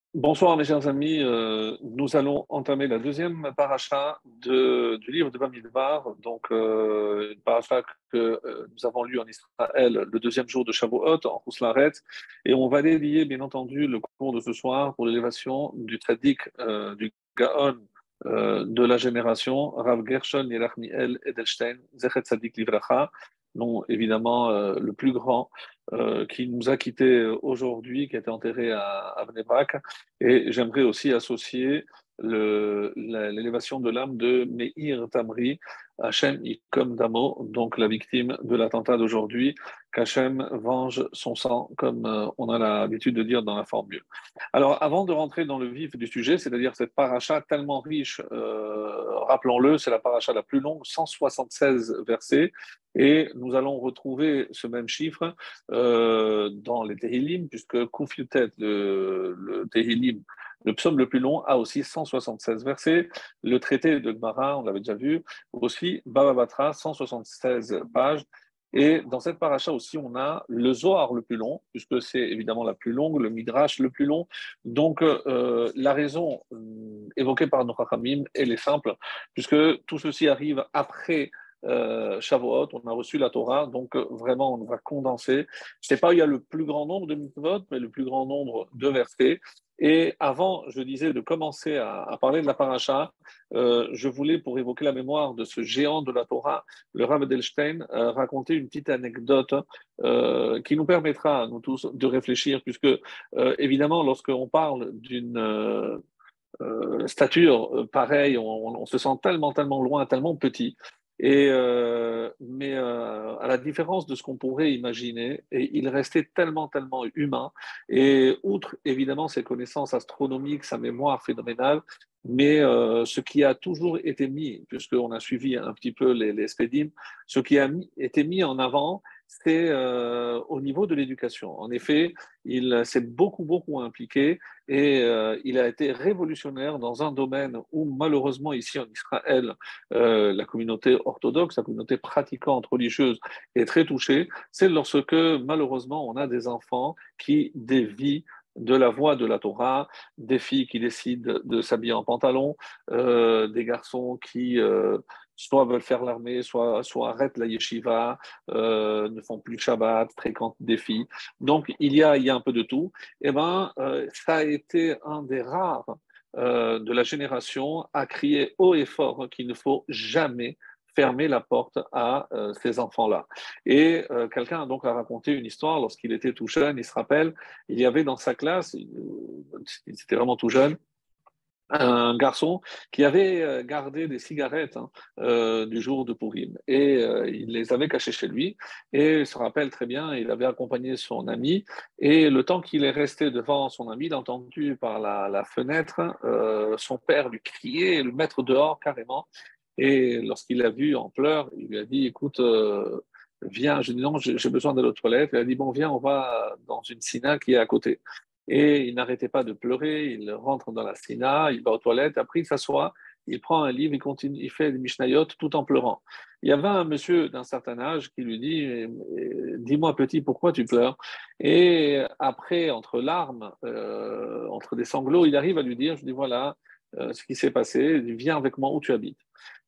Bonsoir mes chers amis, nous allons entamer la deuxième paracha du livre de Bamidbar, donc une paracha que nous avons lue en Israël le deuxième jour de Shavuot, en Rousslaret, et on va dédier bien entendu le cours de ce soir pour l'élévation du tzaddik, du Gaon de la génération, Rav Gershon Yerachmiel Edelstein, Zechet Tzaddik Livracha, non évidemment le plus grand qui nous a quittés aujourd'hui, qui a été enterré à Bnei Brak. Et j'aimerais aussi associer l'élévation de l'âme de Meir Tamri, Hachem Ikom Damo, donc la victime de l'attentat d'aujourd'hui, qu'Hachem venge son sang, comme on a l'habitude de dire dans la formule. Alors, avant de rentrer dans le vif du sujet, c'est-à-dire cette paracha tellement riche, rappelons-le, c'est la paracha la plus longue, 176 versets, et nous allons retrouver ce même chiffre dans les Tehillim, puisque Koufiltet, le Tehillim, le psaume le plus long, a aussi 176 versets. Le traité de Gemara, on l'avait déjà vu, aussi Baba Batra, 176 pages. Et dans cette paracha aussi, on a le Zohar le plus long, puisque c'est évidemment la plus longue, le Midrash le plus long. Donc, la raison évoquée par nos Chachamim, elle est simple, puisque tout ceci arrive après Shavuot, on a reçu la Torah, donc vraiment on va condenser. Je ne sais pas où il y a le plus grand nombre de mitzvot, mais le plus grand nombre de versets. Et avant, je disais, de commencer à parler de la paracha, je voulais, pour évoquer la mémoire de ce géant de la Torah, le Rav Edelstein, raconter une petite anecdote qui nous permettra, nous tous, de réfléchir, puisque évidemment, lorsqu'on parle d'une stature pareille, on se sent tellement, tellement loin, tellement petit. Mais à la différence de ce qu'on pourrait imaginer, et il restait tellement, tellement humain. Et outre évidemment ses connaissances astronomiques, sa mémoire phénoménale, mais ce qui a toujours été mis, puisqu'on a suivi un petit peu les spédimes, ce qui a été mis en avant, c'est au niveau de l'éducation. En effet, il s'est beaucoup, beaucoup impliqué et il a été révolutionnaire dans un domaine où, malheureusement, ici en Israël, la communauté orthodoxe, la communauté pratiquante religieuse est très touchée. C'est lorsque, malheureusement, on a des enfants qui dévient de la voie de la Torah, des filles qui décident de s'habiller en pantalon, des garçons qui soit veulent faire l'armée, soit arrêtent la yeshiva, ne font plus Shabbat, fréquentent des filles. Donc, il y a un peu de tout. Eh ben, ça a été un des rares de la génération à crier haut et fort qu'il ne faut jamais fermer la porte à ces enfants-là. Et quelqu'un a donc raconté une histoire lorsqu'il était tout jeune, il se rappelle, il y avait dans sa classe, il était vraiment tout jeune, un garçon qui avait gardé des cigarettes du jour de Purim et il les avait cachées chez lui et il se rappelle très bien, il avait accompagné son ami et le temps qu'il est resté devant son ami, il a entendu par la fenêtre son père lui crier et le mettre dehors carrément et lorsqu'il l'a vu en pleurs, il lui a dit écoute viens, je dis non, j'ai besoin d'aller aux toilettes. Il a dit bon viens, on va dans une sina qui est à côté. Et il n'arrêtait pas de pleurer, il rentre dans la sina, il va aux toilettes, après il s'assoit, il prend un livre, il continue, il fait des Mishnayot tout en pleurant. Il y avait un monsieur d'un certain âge qui lui dit dis-moi petit, pourquoi tu pleures? Et après, entre larmes, entre des sanglots, il arrive à lui dire je dis voilà ce qui s'est passé, viens avec moi où tu habites.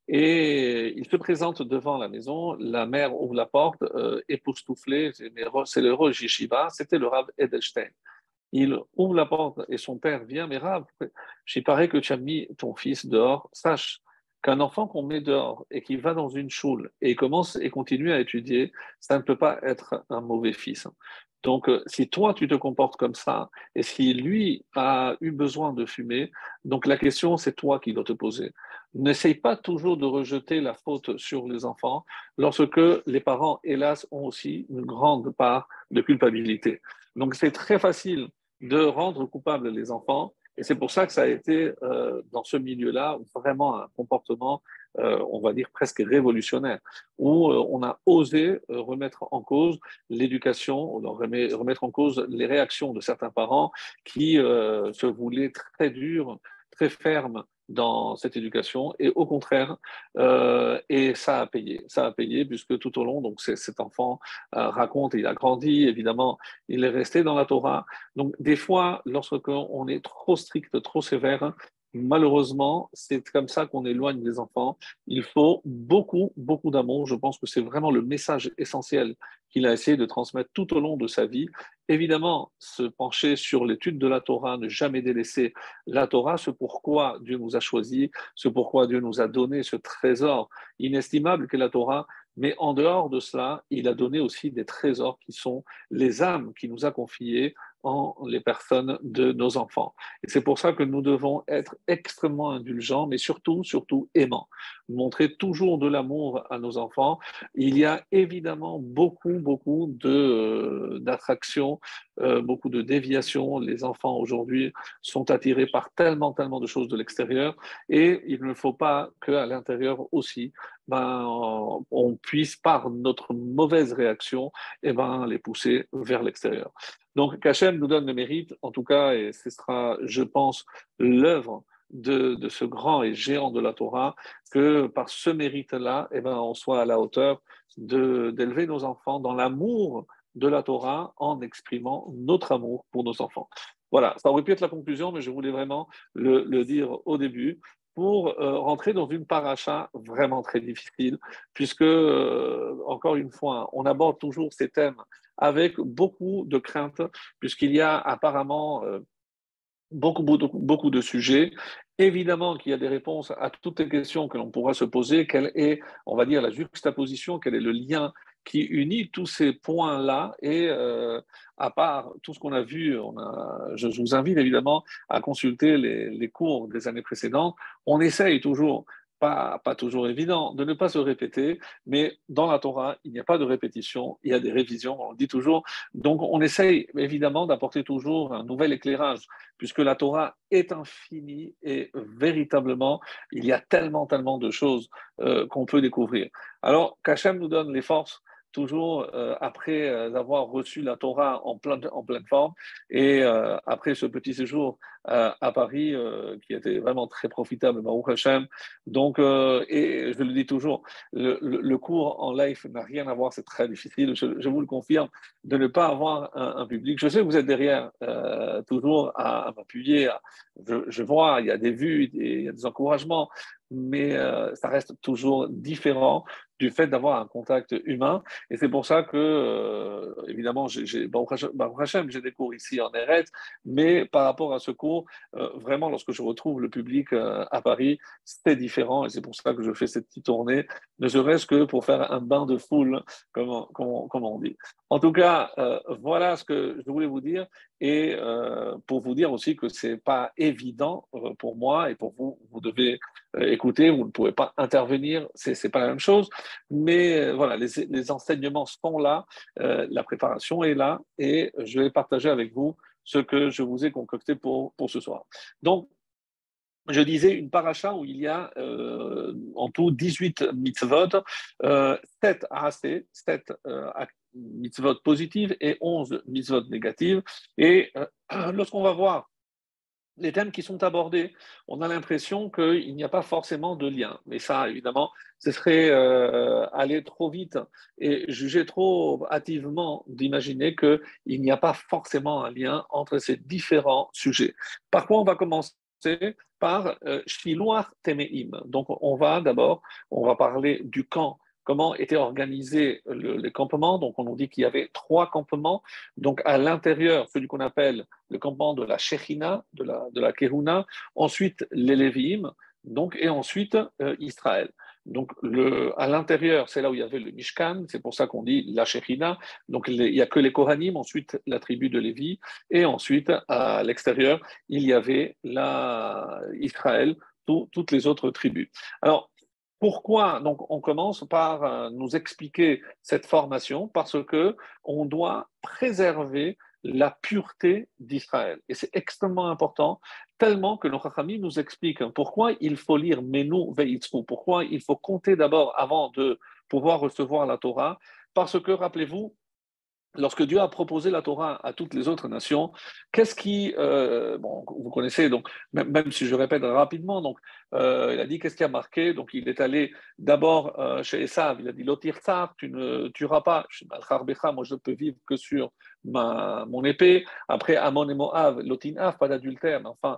Et il se présente devant la maison, la mère ouvre la porte, époustouflée, c'est le Rosh Yeshiva, c'était le Rav Edelstein. Il ouvre la porte et son père vient, mais Rav, il paraît que tu as mis ton fils dehors. Sache qu'un enfant qu'on met dehors et qui va dans une choule et commence et continue à étudier, ça ne peut pas être un mauvais fils. Donc, si toi, tu te comportes comme ça, et si lui a eu besoin de fumer, donc la question, c'est toi qui dois te poser. N'essaye pas toujours de rejeter la faute sur les enfants lorsque les parents, hélas, ont aussi une grande part de culpabilité. Donc, c'est très facile de rendre coupables les enfants. Et c'est pour ça que ça a été, dans ce milieu-là, vraiment un comportement, on va dire, presque révolutionnaire, où on a osé remettre en cause l'éducation, remettre en cause les réactions de certains parents qui se voulaient très durs, très fermes dans cette éducation, et au contraire, et ça a payé, puisque tout au long, donc cet enfant raconte, il a grandi, évidemment, il est resté dans la Torah. Donc, des fois, lorsqu'on est trop strict, trop sévère, malheureusement, c'est comme ça qu'on éloigne les enfants. Il faut beaucoup, beaucoup d'amour. Je pense que c'est vraiment le message essentiel qu'il a essayé de transmettre tout au long de sa vie. Évidemment, se pencher sur l'étude de la Torah, ne jamais délaisser la Torah, ce pourquoi Dieu nous a choisis, ce pourquoi Dieu nous a donné ce trésor inestimable qu'est la Torah. Mais en dehors de cela, il a donné aussi des trésors qui sont les âmes qu'il nous a confiées en les personnes de nos enfants. Et c'est pour ça que nous devons être extrêmement indulgents, mais surtout, surtout aimants. Montrer toujours de l'amour à nos enfants. Il y a évidemment beaucoup, beaucoup d'attractions, beaucoup de déviations. Les enfants aujourd'hui sont attirés par tellement, tellement de choses de l'extérieur, et il ne faut pas qu'à l'intérieur aussi, on puisse, par notre mauvaise réaction, les pousser vers l'extérieur. Donc, qu'Hachem nous donne le mérite, en tout cas, et ce sera, je pense, l'œuvre de ce grand et géant de la Torah, que par ce mérite-là, on soit à la hauteur d'élever nos enfants dans l'amour de la Torah en exprimant notre amour pour nos enfants. Voilà, ça aurait pu être la conclusion, mais je voulais vraiment le dire au début pour rentrer dans une paracha vraiment très difficile, puisque, encore une fois, on aborde toujours ces thèmes avec beaucoup de crainte, puisqu'il y a apparemment beaucoup, beaucoup, beaucoup de sujets. Évidemment qu'il y a des réponses à toutes les questions que l'on pourra se poser. Quelle est, on va dire, la juxtaposition, quel est le lien qui unit tous ces points-là? Et à part tout ce qu'on a vu, je vous invite évidemment à consulter les cours des années précédentes. On essaye toujours, pas toujours évident, de ne pas se répéter, mais dans la Torah, il n'y a pas de répétition, il y a des révisions, on le dit toujours. Donc on essaye évidemment d'apporter toujours un nouvel éclairage, puisque la Torah est infinie et véritablement, il y a tellement, tellement de choses qu'on peut découvrir. Alors, qu'Hachem nous donne les forces, toujours après avoir reçu la Torah en pleine forme, et après ce petit séjour à Paris, qui était vraiment très profitable, Baruch Hashem. Donc, et je le dis toujours, le cours en live n'a rien à voir, c'est très difficile, je vous le confirme, de ne pas avoir un public. Je sais que vous êtes derrière toujours à m'appuyer. Je vois, il y a des vues, il y a des encouragements, mais ça reste toujours différent du fait d'avoir un contact humain. Et c'est pour ça que, évidemment, Baruch Hashem, j'ai des cours ici en Eretz, mais par rapport à ce cours, vraiment, lorsque je retrouve le public à Paris, c'est différent. Et c'est pour ça que je fais cette petite tournée, ne serait-ce que pour faire un bain de foule, comme on dit. En tout cas, voilà ce que je voulais vous dire, et pour vous dire aussi que c'est pas évident pour moi et pour vous. Vous devez écouter, vous ne pouvez pas intervenir, c'est pas la même chose, mais voilà, les enseignements sont là, la préparation est là, et je vais partager avec vous ce que je vous ai concocté pour ce soir. Donc, je disais une paracha où il y a en tout 18 mitzvot, 7 assez, 7 mitzvot positives et 11 mitzvot négatives. Et lorsqu'on va voir les thèmes qui sont abordés, on a l'impression qu'il n'y a pas forcément de lien. Mais ça, évidemment, ce serait aller trop vite et juger trop hâtivement d'imaginer qu'il n'y a pas forcément un lien entre ces différents sujets. Par quoi on va commencer par Shiluach Temeim. Donc, on va parler du camp. Comment était organisé les campements? Donc, on nous dit qu'il y avait 3 campements. Donc, à l'intérieur, celui qu'on appelle le campement de la Shechina, de la Kehuna, ensuite les Lévi'im, donc, et ensuite Israël. Donc, à l'intérieur, c'est là où il y avait le Mishkan, c'est pour ça qu'on dit la Shechina. Donc, il n'y a que les Kohanim, ensuite la tribu de Lévi, et ensuite, à l'extérieur, il y avait Israël, toutes les autres tribus. Alors, pourquoi donc on commence par nous expliquer cette formation? Parce que on doit préserver la pureté d'Israël. Et c'est extrêmement important, tellement que le Chachamim nous explique pourquoi il faut lire Menu Veitzru, pourquoi il faut compter d'abord avant de pouvoir recevoir la Torah. Parce que, rappelez-vous, lorsque Dieu a proposé la Torah à toutes les autres nations, qu'est-ce qui, bon, vous connaissez, donc même si je répète rapidement, donc il a dit qu'est-ce qui a marqué, donc il est allé d'abord chez Esav, il a dit Lotir Tsar, tu ne tueras pas, moi je ne peux vivre que sur mon épée. Après Amon et Moab, Lotin pas d'adultère, mais enfin.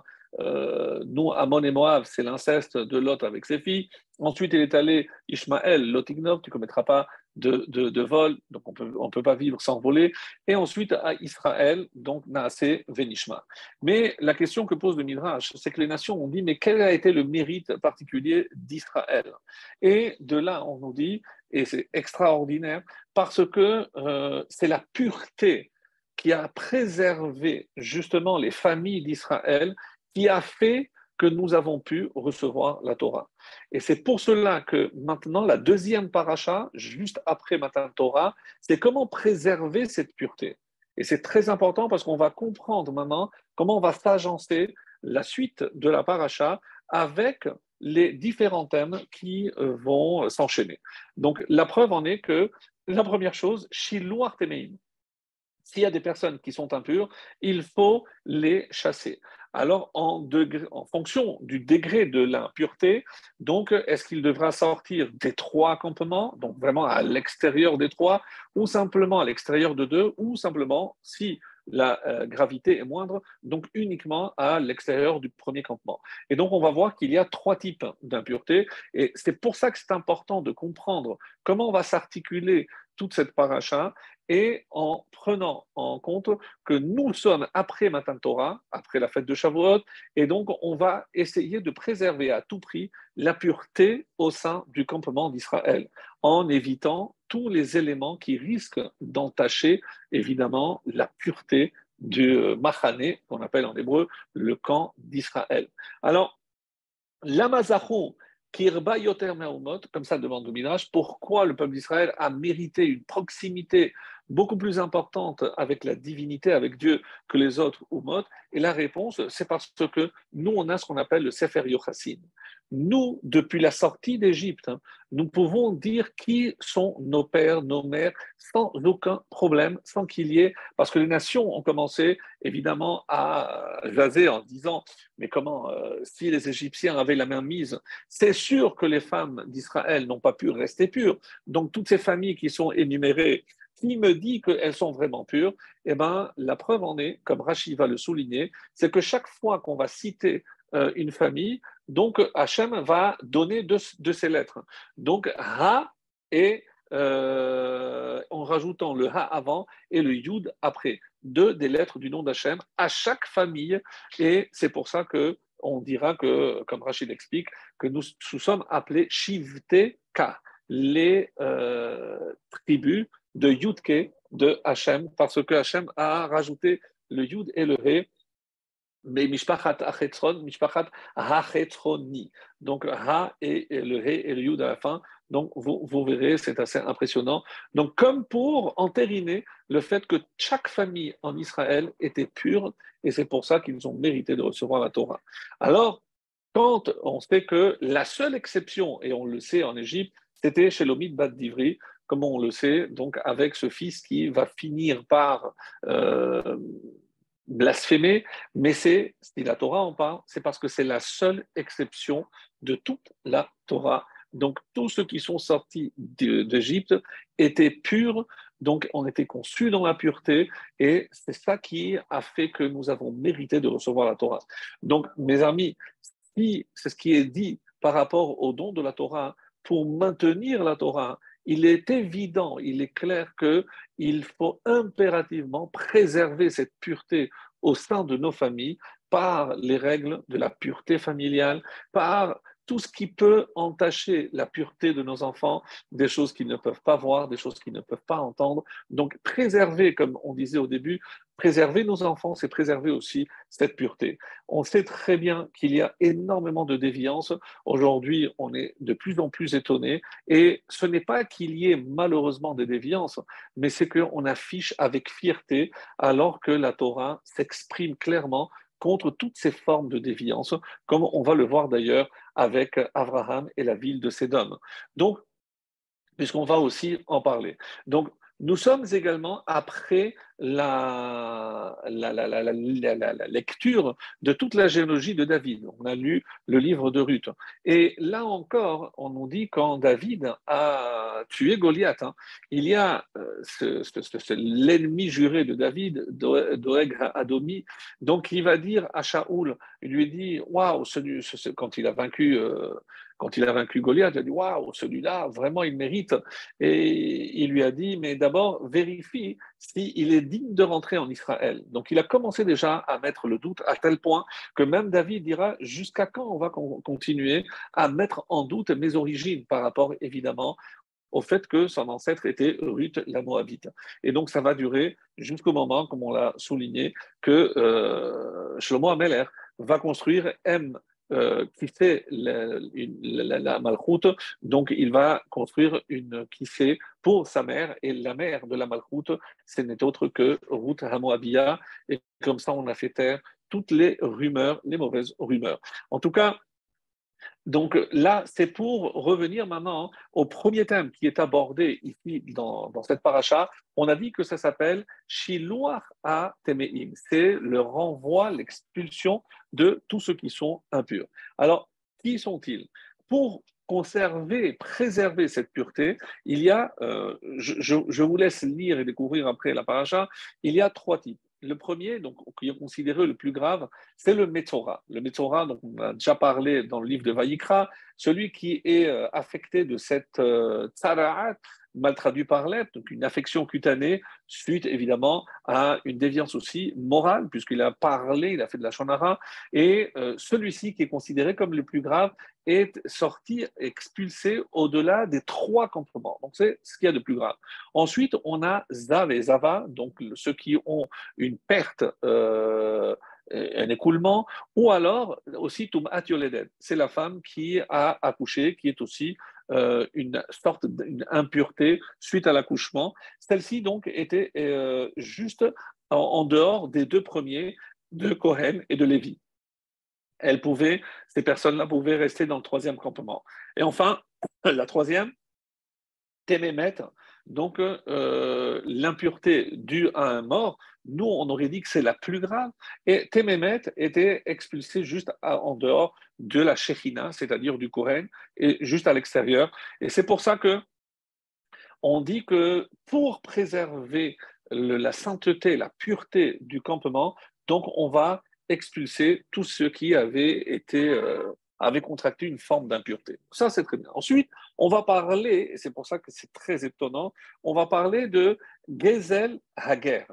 Nous, Amon et Moab, c'est l'inceste de Lot avec ses filles. Ensuite, il est allé Ishmaël, Lotignov, tu ne commettras pas de vol, donc on peut pas vivre sans voler, et ensuite à Israël, donc Naasé Venishma. Mais la question que pose le Midrash, c'est que les nations ont dit, mais quel a été le mérite particulier d'Israël? Et de là, on nous dit, et c'est extraordinaire, parce que c'est la pureté qui a préservé justement les familles d'Israël, qui a fait que nous avons pu recevoir la Torah. Et c'est pour cela que maintenant, la deuxième paracha, juste après Matan Torah, c'est comment préserver cette pureté. Et c'est très important parce qu'on va comprendre maintenant comment on va s'agencer la suite de la paracha avec les différents thèmes qui vont s'enchaîner. Donc, la preuve en est que la première chose, Shiloh Artemeim, s'il y a des personnes qui sont impures, il faut les chasser. Alors, en fonction du degré de l'impureté, donc, est-ce qu'il devra sortir des trois campements, donc vraiment à l'extérieur des trois, ou simplement à l'extérieur de deux, ou simplement, si la gravité est moindre, donc uniquement à l'extérieur du premier campement. Et donc, on va voir qu'il y a trois types d'impureté, et c'est pour ça que c'est important de comprendre comment on va s'articuler toute cette paracha, et en prenant en compte que nous sommes après Matan Torah, après la fête de Shavuot, et donc on va essayer de préserver à tout prix la pureté au sein du campement d'Israël, en évitant tous les éléments qui risquent d'entacher évidemment la pureté du Machané, qu'on appelle en hébreu le camp d'Israël. Alors, l'Amazachou, Kirba Yoter Me'umot, comme ça demande le Midrash, pourquoi le peuple d'Israël a mérité une proximité beaucoup plus importante avec la divinité, avec Dieu, que les autres Umot? Et la réponse, c'est parce que nous, on a ce qu'on appelle le Sefer Yochassin. Nous, depuis la sortie d'Égypte, nous pouvons dire qui sont nos pères, nos mères, sans aucun problème, sans qu'il y ait, parce que les nations ont commencé évidemment à jaser en disant, mais comment, si les Égyptiens avaient la main mise, c'est sûr que les femmes d'Israël n'ont pas pu rester pures. Donc toutes ces familles qui sont énumérées, qui me dit qu'elles sont vraiment pures? Eh bien, la preuve en est, comme Rashi va le souligner, c'est que chaque fois qu'on va citer une famille, donc Hachem va donner de ces lettres. Donc Ha et en rajoutant le Ha avant et le Yud après, deux des lettres du nom d'Hachem à chaque famille. Et c'est pour ça que on dira que, comme Rachid explique, que nous sommes appelés Shivte Ka, les tribus de Yudke de Hachem, parce que Hachem a rajouté le Yud et le He, mais Mishpachat Achetron, Mishpachat Hachetroni. Donc Ha et le He et le Yud à la fin. Donc vous verrez, c'est assez impressionnant. Donc comme pour entériner le fait que chaque famille en Israël était pure, et c'est pour ça qu'ils ont mérité de recevoir la Torah. Alors, quand on sait que la seule exception, et on le sait en Égypte, c'était chez l'Omid Bat Divri, comme on le sait, donc avec ce fils qui va finir par blasphémer, mais c'est, si la Torah en parle, c'est parce que c'est la seule exception de toute la Torah. Donc tous ceux qui sont sortis d'Égypte étaient purs, donc on était conçus dans la pureté, et c'est ça qui a fait que nous avons mérité de recevoir la Torah. Donc mes amis, si c'est ce qui est dit par rapport au don de la Torah, pour maintenir la Torah, il est évident, il est clair qu'il faut impérativement préserver cette pureté au sein de nos familles par les règles de la pureté familiale, par tout ce qui peut entacher la pureté de nos enfants, des choses qu'ils ne peuvent pas voir, des choses qu'ils ne peuvent pas entendre. Donc préserver, comme on disait au début, préserver nos enfants, c'est préserver aussi cette pureté. On sait très bien qu'il y a énormément de déviances. Aujourd'hui, on est de plus en plus étonné. Et ce n'est pas qu'il y ait malheureusement des déviances, mais c'est qu'on affiche avec fierté, alors que la Torah s'exprime clairement contre toutes ces formes de déviance, comme on va le voir d'ailleurs avec Abraham et la ville de Sédom. Donc, puisqu'on va aussi en parler. Donc, Nous sommes également après la lecture de toute la généalogie de David. On a lu le livre de Ruth. Et là encore, on nous dit quand David a tué Goliath, hein, il y a l'ennemi juré de David, Doeg Adomi, donc il va dire à Shaoul, il lui dit, waouh, quand il a vaincu Goliath, il a dit, waouh, celui-là, vraiment, il mérite. Et il lui a dit, mais d'abord, vérifie s'il est digne de rentrer en Israël. Donc il a commencé déjà à mettre le doute à tel point que même David dira, jusqu'à quand on va continuer à mettre en doute mes origines par rapport, évidemment, au fait que son ancêtre était Ruth la Moabite. Et donc ça va durer jusqu'au moment, comme on l'a souligné, que Shlomo Ameler va construire qui fait la Malchoute, donc il va construire une qui fait pour sa mère, et la mère de la Malchoute, ce n'est autre que Ruth Hamoabia, et comme ça on a fait taire toutes les rumeurs, les mauvaises rumeurs. En tout cas, donc là, c'est pour revenir maintenant au premier thème qui est abordé ici dans cette paracha. On a dit que ça s'appelle Shiluach à Temeim. C'est le renvoi, l'expulsion de tous ceux qui sont impurs. Alors, qui sont-ils? Pour conserver, préserver cette pureté, il y a, je vous laisse lire et découvrir après la paracha, il y a trois types. Le premier, donc, qui est considéré le plus grave, c'est le Metzora. Le Metzora, donc on a déjà parlé dans le livre de Vaïkra, celui qui est affecté de cette tsara'at, mal traduit par l'être, donc une affection cutanée, suite évidemment à une déviance aussi morale, puisqu'il a parlé, il a fait de la shonara, et celui-ci qui est considéré comme le plus grave est sorti, expulsé au-delà des trois campements. Donc c'est ce qu'il y a de plus grave. Ensuite, on a Zav et Zava, donc ceux qui ont une perte un écoulement, ou alors aussi Tum'at Yoledet, c'est la femme qui a accouché, qui est aussi une sorte d'impureté suite à l'accouchement. Celle-ci donc était juste en dehors des deux premiers, de Cohen et de Lévi. Ces personnes-là pouvaient rester dans le troisième campement. Et enfin, la troisième, Témémet, donc l'impureté due à un mort, nous on aurait dit que c'est la plus grave, et Témémet était expulsé juste en dehors de la Shekhinah, c'est-à-dire du Kohen, et juste à l'extérieur. Et c'est pour ça que on dit que pour préserver la sainteté, la pureté du campement, donc on va expulser tous ceux qui avaient contracté une forme d'impureté. Ça, c'est très bien. Ensuite, on va parler, et c'est pour ça que c'est très étonnant, on va parler de Gezel Hager,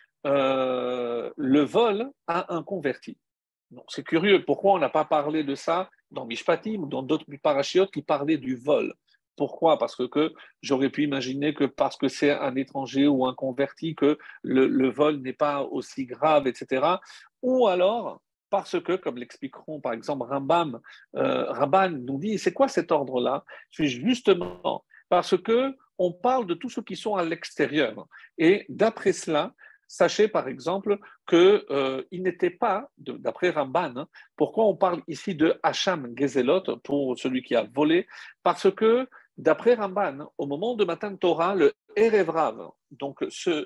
le vol à un converti. Donc, c'est curieux, pourquoi on n'a pas parlé de ça dans Mishpatim ou dans d'autres parachiotes qui parlaient du vol? Pourquoi? Parce que j'aurais pu imaginer que parce que c'est un étranger ou un converti, que le vol n'est pas aussi grave, etc. Ou alors parce que, comme l'expliqueront par exemple Ramban nous dit, c'est quoi cet ordre-là? C'est justement parce que on parle de tous ceux qui sont à l'extérieur. Et d'après cela, sachez par exemple qu'il n'était pas, d'après Ramban, hein, pourquoi on parle ici de Hacham Gezelot pour celui qui a volé? Parce que, d'après Ramban, au moment de Matan Torah, le Erev Rav, donc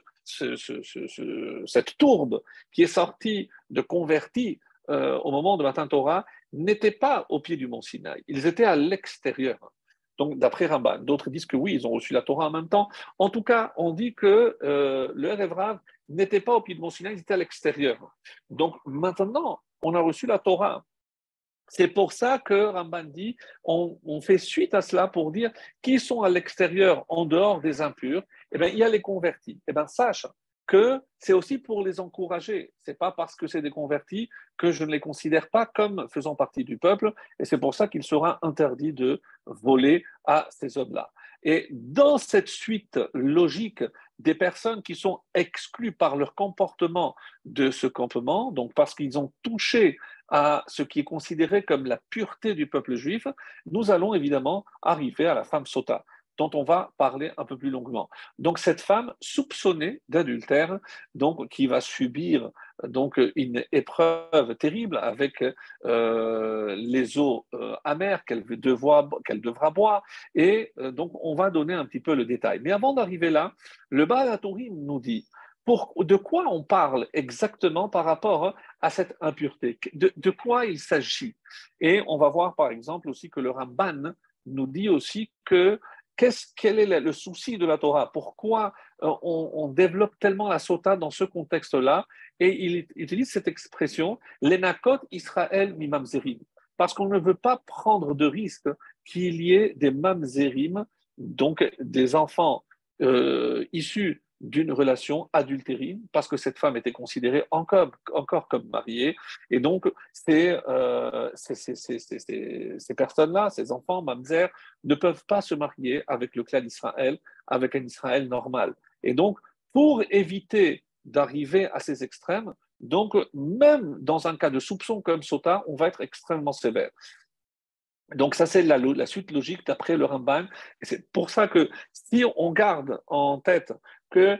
cette tourbe qui est sortie de convertis au moment de Matan Torah, n'était pas au pied du mont Sinaï. Ils étaient à l'extérieur. Donc, d'après Ramban, d'autres disent que oui, ils ont reçu la Torah en même temps. En tout cas, on dit que le Erev Rav n'était pas au pied de Mont Sinaï, ils étaient à l'extérieur. Donc, maintenant, on a reçu la Torah. C'est pour ça que Ramban dit, on fait suite à cela pour dire qui sont à l'extérieur, en dehors des impurs. Eh bien, il y a les convertis. Eh bien, sache que c'est aussi pour les encourager. Ce n'est pas parce que c'est des convertis que je ne les considère pas comme faisant partie du peuple. Et c'est pour ça qu'il sera interdit de voler à ces hommes-là. Et dans cette suite logique des personnes qui sont exclues par leur comportement de ce campement, donc parce qu'ils ont touché à ce qui est considéré comme la pureté du peuple juif, nous allons évidemment arriver à la femme sota. dont on va parler un peu plus longuement. Donc cette femme soupçonnée d'adultère, donc qui va subir donc une épreuve terrible avec les eaux amères qu'elle devra boire, et donc on va donner un petit peu le détail. Mais avant d'arriver là, le Baal HaTurim nous dit de quoi on parle exactement par rapport à cette impureté, de quoi il s'agit. Et on va voir par exemple aussi que le Ramban nous dit aussi que quel est le souci de la Torah, pourquoi on développe tellement la sota dans ce contexte-là, et il utilise cette expression, l'enakot Israël mi mamzerim, parce qu'on ne veut pas prendre de risque qu'il y ait des mamzerim, donc des enfants issus d'une relation adultérine, parce que cette femme était considérée encore comme mariée. Et donc, ces personnes-là, ces enfants, mamzer, ne peuvent pas se marier avec le clan d'Israël, avec un Israël normal. Et donc, pour éviter d'arriver à ces extrêmes, donc même dans un cas de soupçon comme Sota, on va être extrêmement sévère. Donc ça, c'est la suite logique d'après le Ramban. Et c'est pour ça que si on garde en tête que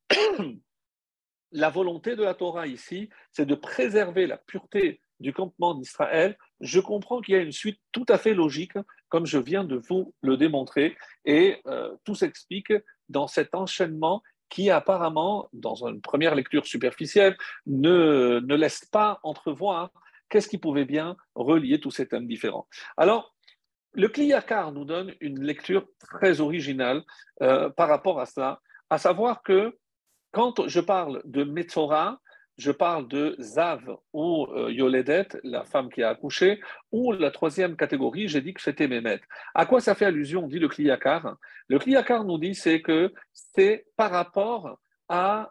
la volonté de la Torah ici, c'est de préserver la pureté du campement d'Israël, je comprends qu'il y a une suite tout à fait logique, comme je viens de vous le démontrer, et tout s'explique dans cet enchaînement qui apparemment, dans une première lecture superficielle, ne laisse pas entrevoir qu'est-ce qui pouvait bien relier tous ces thèmes différents. Alors, le Kli Yakar nous donne une lecture très originale par rapport à cela, à savoir que quand je parle de Metzora, je parle de Zav ou Yoledet, la femme qui a accouché, ou la troisième catégorie, j'ai dit que c'était Mémet. À quoi ça fait allusion, dit le Kli Yakar? Le Kli Yakar nous dit c'est que c'est par rapport à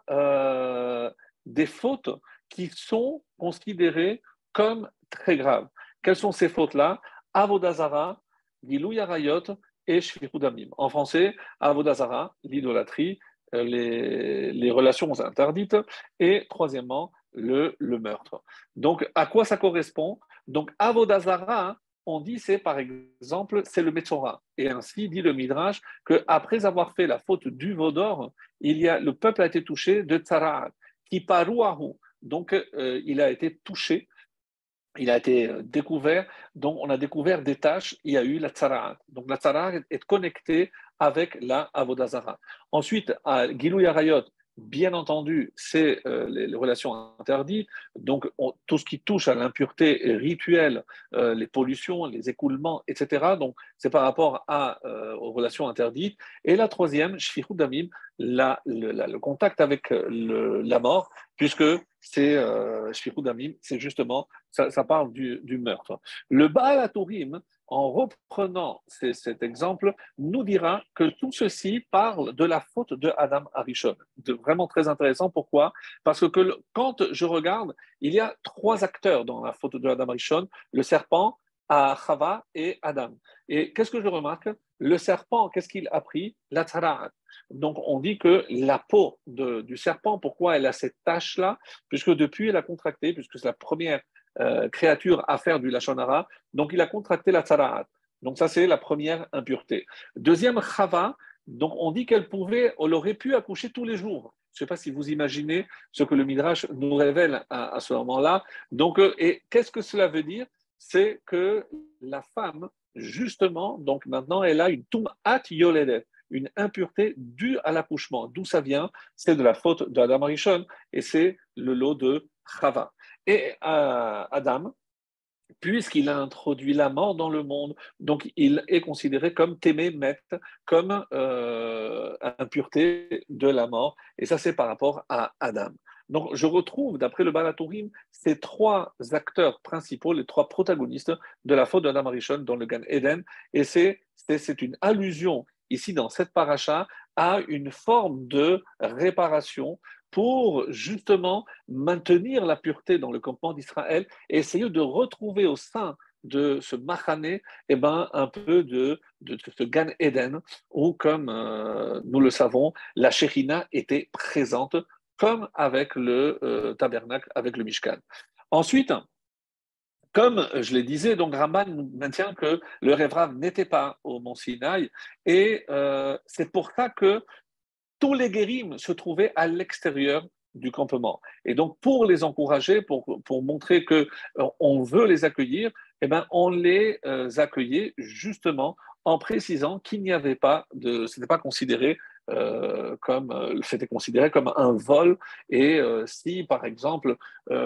des fautes qui sont considérées comme très graves. Quelles sont ces fautes-là? Avodazara, Gilou Yarayot et Shvirudamim. En français, Avodazara, l'idolâtrie, les relations interdites, et troisièmement, le meurtre. Donc, à quoi ça correspond? Donc, Avodazara, on dit c'est par exemple, c'est le Metzora. Et ainsi dit le Midrash qu'après avoir fait la faute du Vaudor, le peuple a été touché de Tzaraat, qui parouahu. Donc, il a été touché, il a été découvert, donc on a découvert des tâches, il y a eu la tzaraat. Donc la tzaraat est connectée avec la avodazara. Ensuite, à Gilou Yarayot, bien entendu, c'est les relations interdites, donc tout ce qui touche à l'impureté rituelle, les pollutions, les écoulements, etc. Donc c'est par rapport aux relations interdites. Et la troisième, Shfichut Damim, le contact avec la mort, puisque c'est Shfichut Damim, c'est justement ça parle du meurtre. Le Baal HaTurim, en reprenant cet exemple, nous dira que tout ceci parle de la faute de Adam Arishon. Vraiment très intéressant. Pourquoi? Parce que quand je regarde, il y a trois acteurs dans la faute de Adam Arishon, le serpent, à Chava et Adam. Et qu'est-ce que je remarque? Le serpent, qu'est-ce qu'il a pris? La tzara'at. Donc on dit que la peau du serpent, pourquoi elle a cette tache-là? Puisque depuis elle a contracté, puisque c'est la première créature à faire du Lachon Hara, donc il a contracté la tzara'at. Donc ça, c'est la première impureté. Deuxième, Chava, donc on dit qu'elle aurait pu accoucher tous les jours. Je ne sais pas si vous imaginez ce que le Midrash nous révèle à ce moment-là. Donc, et qu'est-ce que cela veut dire? C'est que la femme, justement, donc maintenant, elle a une tum'at yoledet, une impureté due à l'accouchement. D'où ça vient? C'est de la faute d'Adam Arishon, et c'est le lot de Chava. Et Adam, puisqu'il a introduit la mort dans le monde, donc il est considéré comme témémet, comme impureté de la mort, et ça c'est par rapport à Adam. Donc je retrouve, d'après le Baal HaTurim, ces trois acteurs principaux, les trois protagonistes de la faute d'Adam Arishon dans le Gan Eden, et c'est une allusion ici dans cette paracha à une forme de réparation pour justement maintenir la pureté dans le campement d'Israël et essayer de retrouver au sein de ce Machané un peu de ce Gan Eden où, comme nous le savons, la Shekhinah était présente comme avec le tabernacle, avec le Mishkan. Ensuite, Comme je le disais, donc Ramban nous maintient que le Rêve Rav n'était pas au mont Sinaï, et c'est pour ça que tous les guérims se trouvaient à l'extérieur du campement. Et donc, pour les encourager, pour montrer que on veut les accueillir, eh ben, on les accueillait justement en précisant qu'il n'y avait pas de, c'était pas considéré c'était considéré comme un vol. Et si, par exemple,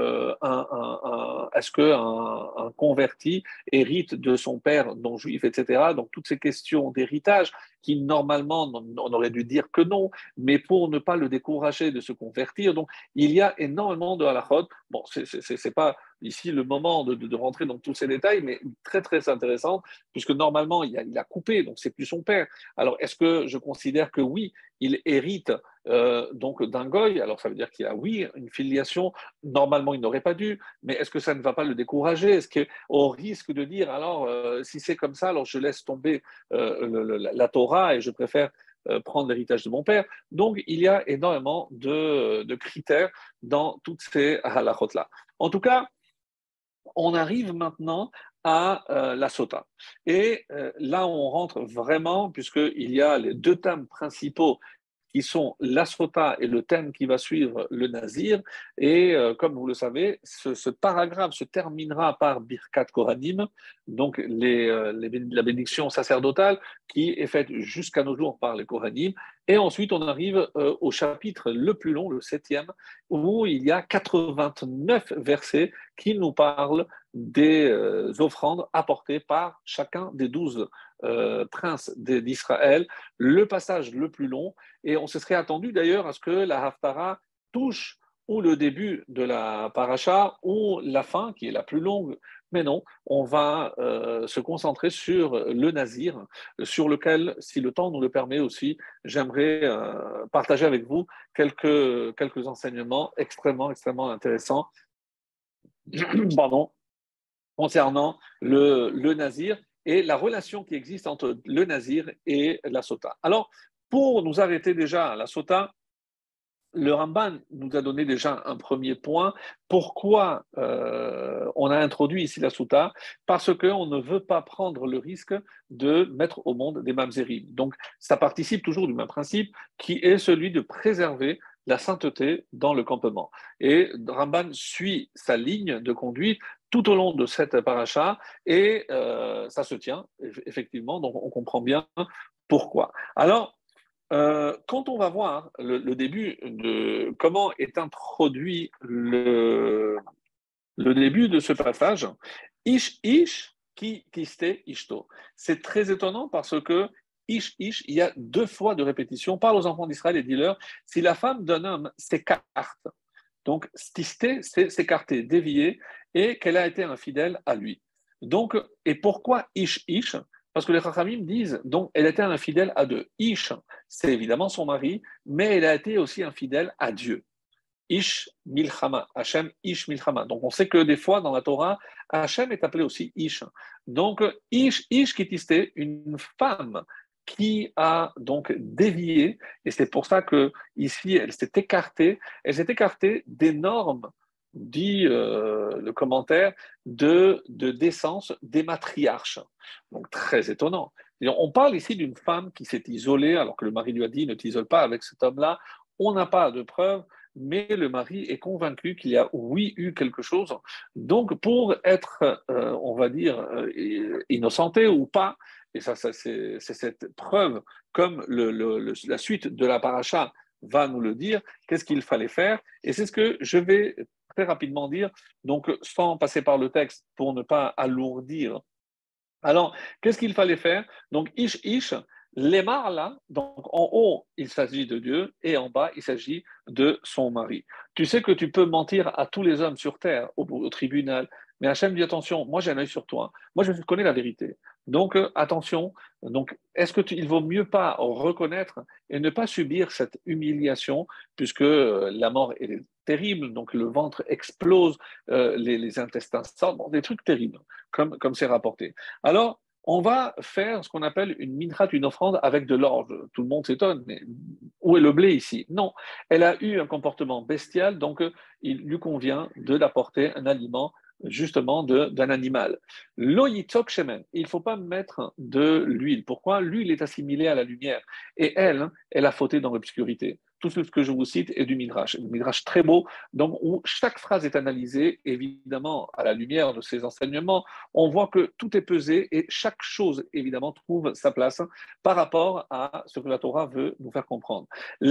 est-ce qu'un converti hérite de son père non juif, etc. Donc toutes ces questions d'héritage qui normalement on aurait dû dire que non, mais pour ne pas le décourager de se convertir. Donc il y a énormément de halachot. Bon, c'est pas ici le moment de rentrer dans tous ces détails, mais très très intéressant, puisque normalement il a coupé, donc c'est plus son père. Alors est-ce que je considère que oui, il hérite donc d'un goy? Alors ça veut dire qu'il y a oui une filiation. Normalement il n'aurait pas dû, mais est-ce que ça ne va pas le décourager? Est-ce qu'on risque de dire alors si c'est comme ça, alors je laisse tomber la Torah et je préfère prendre l'héritage de mon père? Donc il y a énormément de critères dans toutes ces halachot-là. En tout cas, on arrive maintenant à la sota. Et là, on rentre vraiment, puisqu'il y a les deux thèmes principaux qui sont la sota et le thème qui va suivre le nazir. Et comme vous le savez, ce paragraphe se terminera par Birkat Kohanim, donc la bénédiction sacerdotale qui est faite jusqu'à nos jours par les Kohanim. Et ensuite, on arrive au chapitre le plus long, le septième, où il y a 89 versets qui nous parlent des offrandes apportées par chacun des 12 princes d'Israël, le passage le plus long, et on se serait attendu d'ailleurs à ce que la Haftara touche ou le début de la paracha ou la fin, qui est la plus longue, mais non, on va se concentrer sur le nazir, sur lequel, si le temps nous le permet aussi, j'aimerais partager avec vous quelques enseignements extrêmement intéressants pardon, concernant le nazir et la relation qui existe entre le nazir et la sota. Alors, pour nous arrêter déjà à la sota, le Ramban nous a donné déjà un premier point. Pourquoi on a introduit ici la sota? Parce qu'on ne veut pas prendre le risque de mettre au monde des mamzerim. Donc, ça participe toujours du même principe qui est celui de préserver la sainteté dans le campement. Et Ramban suit sa ligne de conduite tout au long de cette paracha et ça se tient, effectivement, donc on comprend bien pourquoi. Alors, quand on va voir le début de comment est introduit le début de ce passage, Ish Ish ki kiste ishto. C'est très étonnant parce que Ish Ish, il y a deux fois de répétition. Parle aux enfants d'Israël et dis-leur, si la femme d'un homme s'écarte, donc stisté, c'est s'écarter, dévier, et qu'elle a été infidèle à lui. Donc, et pourquoi Ish Ish? Parce que les Chachamim disent, donc, elle était infidèle à deux. Ish, c'est évidemment son mari, mais elle a été aussi infidèle à Dieu. Ish Milchama, Hachem Ish Milchama. Donc on sait que des fois dans la Torah, Hachem est appelé aussi Ish. Donc Ish Kitiste, une femme qui a donc dévié, et c'est pour ça que ici elle s'est écartée des normes, dit le commentaire, de décence des matriarches. Donc très étonnant. On parle ici d'une femme qui s'est isolée, alors que le mari lui a dit ne t'isole pas avec cet homme-là. On n'a pas de preuves, mais le mari est convaincu qu'il y a, oui, eu quelque chose. Donc, pour être, on va dire, innocenté ou pas, et ça c'est cette preuve, comme la suite de la paracha va nous le dire, qu'est-ce qu'il fallait faire? Et c'est ce que je vais très rapidement dire, donc sans passer par le texte pour ne pas alourdir. Alors, qu'est-ce qu'il fallait faire? Donc, Ish, Lemar là, donc en haut, il s'agit de Dieu, et en bas, il s'agit de son mari. Tu sais que tu peux mentir à tous les hommes sur terre, au tribunal, mais Hachem dit attention, moi j'ai un œil sur toi, moi je connais la vérité. Donc, attention, donc, est-ce qu'il vaut mieux pas reconnaître et ne pas subir cette humiliation, puisque la mort est terrible, donc le ventre explose, les intestins sortent, bon, des trucs terribles, comme c'est rapporté. Alors, on va faire ce qu'on appelle une minrat, une offrande avec de l'orge. Tout le monde s'étonne, mais où est le blé ici? Non, elle a eu un comportement bestial, donc il lui convient de l'apporter un aliment justement d'un animal. Lo yitzok shemen, il ne faut pas mettre de l'huile. Pourquoi? L'huile est assimilée à la lumière et elle a fauté dans l'obscurité. Tout ce que je vous cite est du Midrash très beau, donc où chaque phrase est analysée, évidemment, à la lumière de ces enseignements. On voit que tout est pesé et chaque chose, évidemment, trouve sa place par rapport à ce que la Torah veut nous faire comprendre.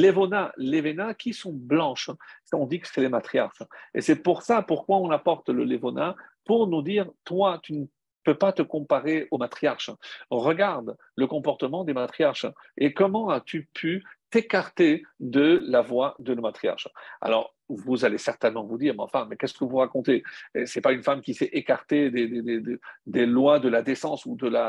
Levena, qui sont blanches, on dit que c'est les matriarches. Et c'est pour ça pourquoi on apporte le Levona, pour nous dire, toi, tu ne peux pas te comparer aux matriarches. Regarde le comportement des matriarches et comment as-tu pu t'écarter de la voie de nos matriarches. Alors, vous allez certainement vous dire, mais enfin, mais qu'est-ce que vous racontez? C'est pas une femme qui s'est écartée des lois de la décence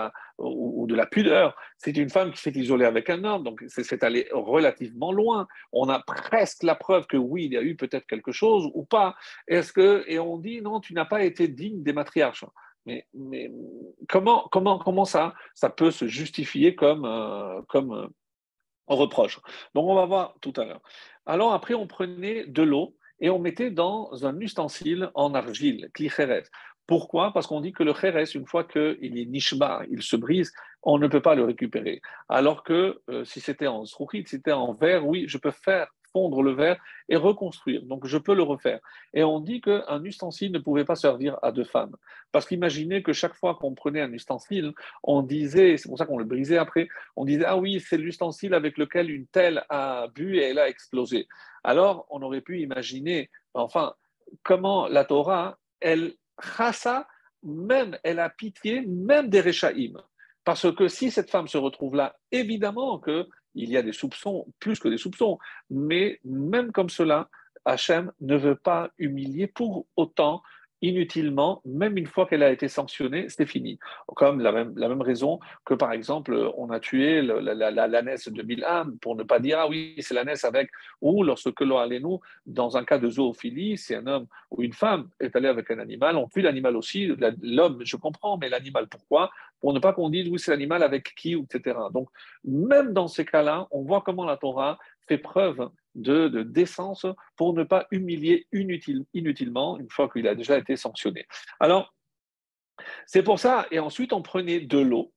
ou de la pudeur. C'est une femme qui s'est isolée avec un homme, donc c'est allé relativement loin. On a presque la preuve que oui, il y a eu peut-être quelque chose ou pas. Et on dit non, tu n'as pas été digne des matriarches. Mais comment ça peut se justifier comme reproche? Donc on va voir tout à l'heure. Alors après, on prenait de l'eau et on mettait dans un ustensile en argile, kli kheres. Pourquoi? Parce qu'on dit que le kheres, une fois qu'il est nishba, il se brise, on ne peut pas le récupérer. Alors que si c'était en zrouchit, si c'était en verre, oui, je peux faire fondre le verre et reconstruire. Donc je peux le refaire. Et on dit qu'un ustensile ne pouvait pas servir à deux femmes. Parce qu'imaginez que chaque fois qu'on prenait un ustensile, on disait, c'est pour ça qu'on le brisait après, on disait, ah oui, c'est l'ustensile avec lequel une telle a bu et elle a explosé. Alors, on aurait pu imaginer, enfin, comment la Torah, elle chassa, même, elle a pitié, même des Réchaïm. Parce que si cette femme se retrouve là, évidemment qu'il y a des soupçons, plus que des soupçons, mais même comme cela, Hachem ne veut pas humilier pour autant inutilement, même une fois qu'elle a été sanctionnée, c'est fini. Comme la même raison que, par exemple, on a tué l'ânesse de Bilham, pour ne pas dire, ah oui, c'est l'ânesse avec, ou lorsque l'Oalenu, dans un cas de zoophilie, c'est un homme ou une femme est allé avec un animal, on tue l'animal aussi, l'homme, je comprends, mais l'animal, pourquoi? Pour ne pas qu'on dise, oui, c'est l'animal avec qui, etc. Donc, même dans ces cas-là, on voit comment la Torah fait preuve de décence pour ne pas humilier inutilement une fois qu'il a déjà été sanctionné. Alors, c'est pour ça, et ensuite on prenait de l'eau,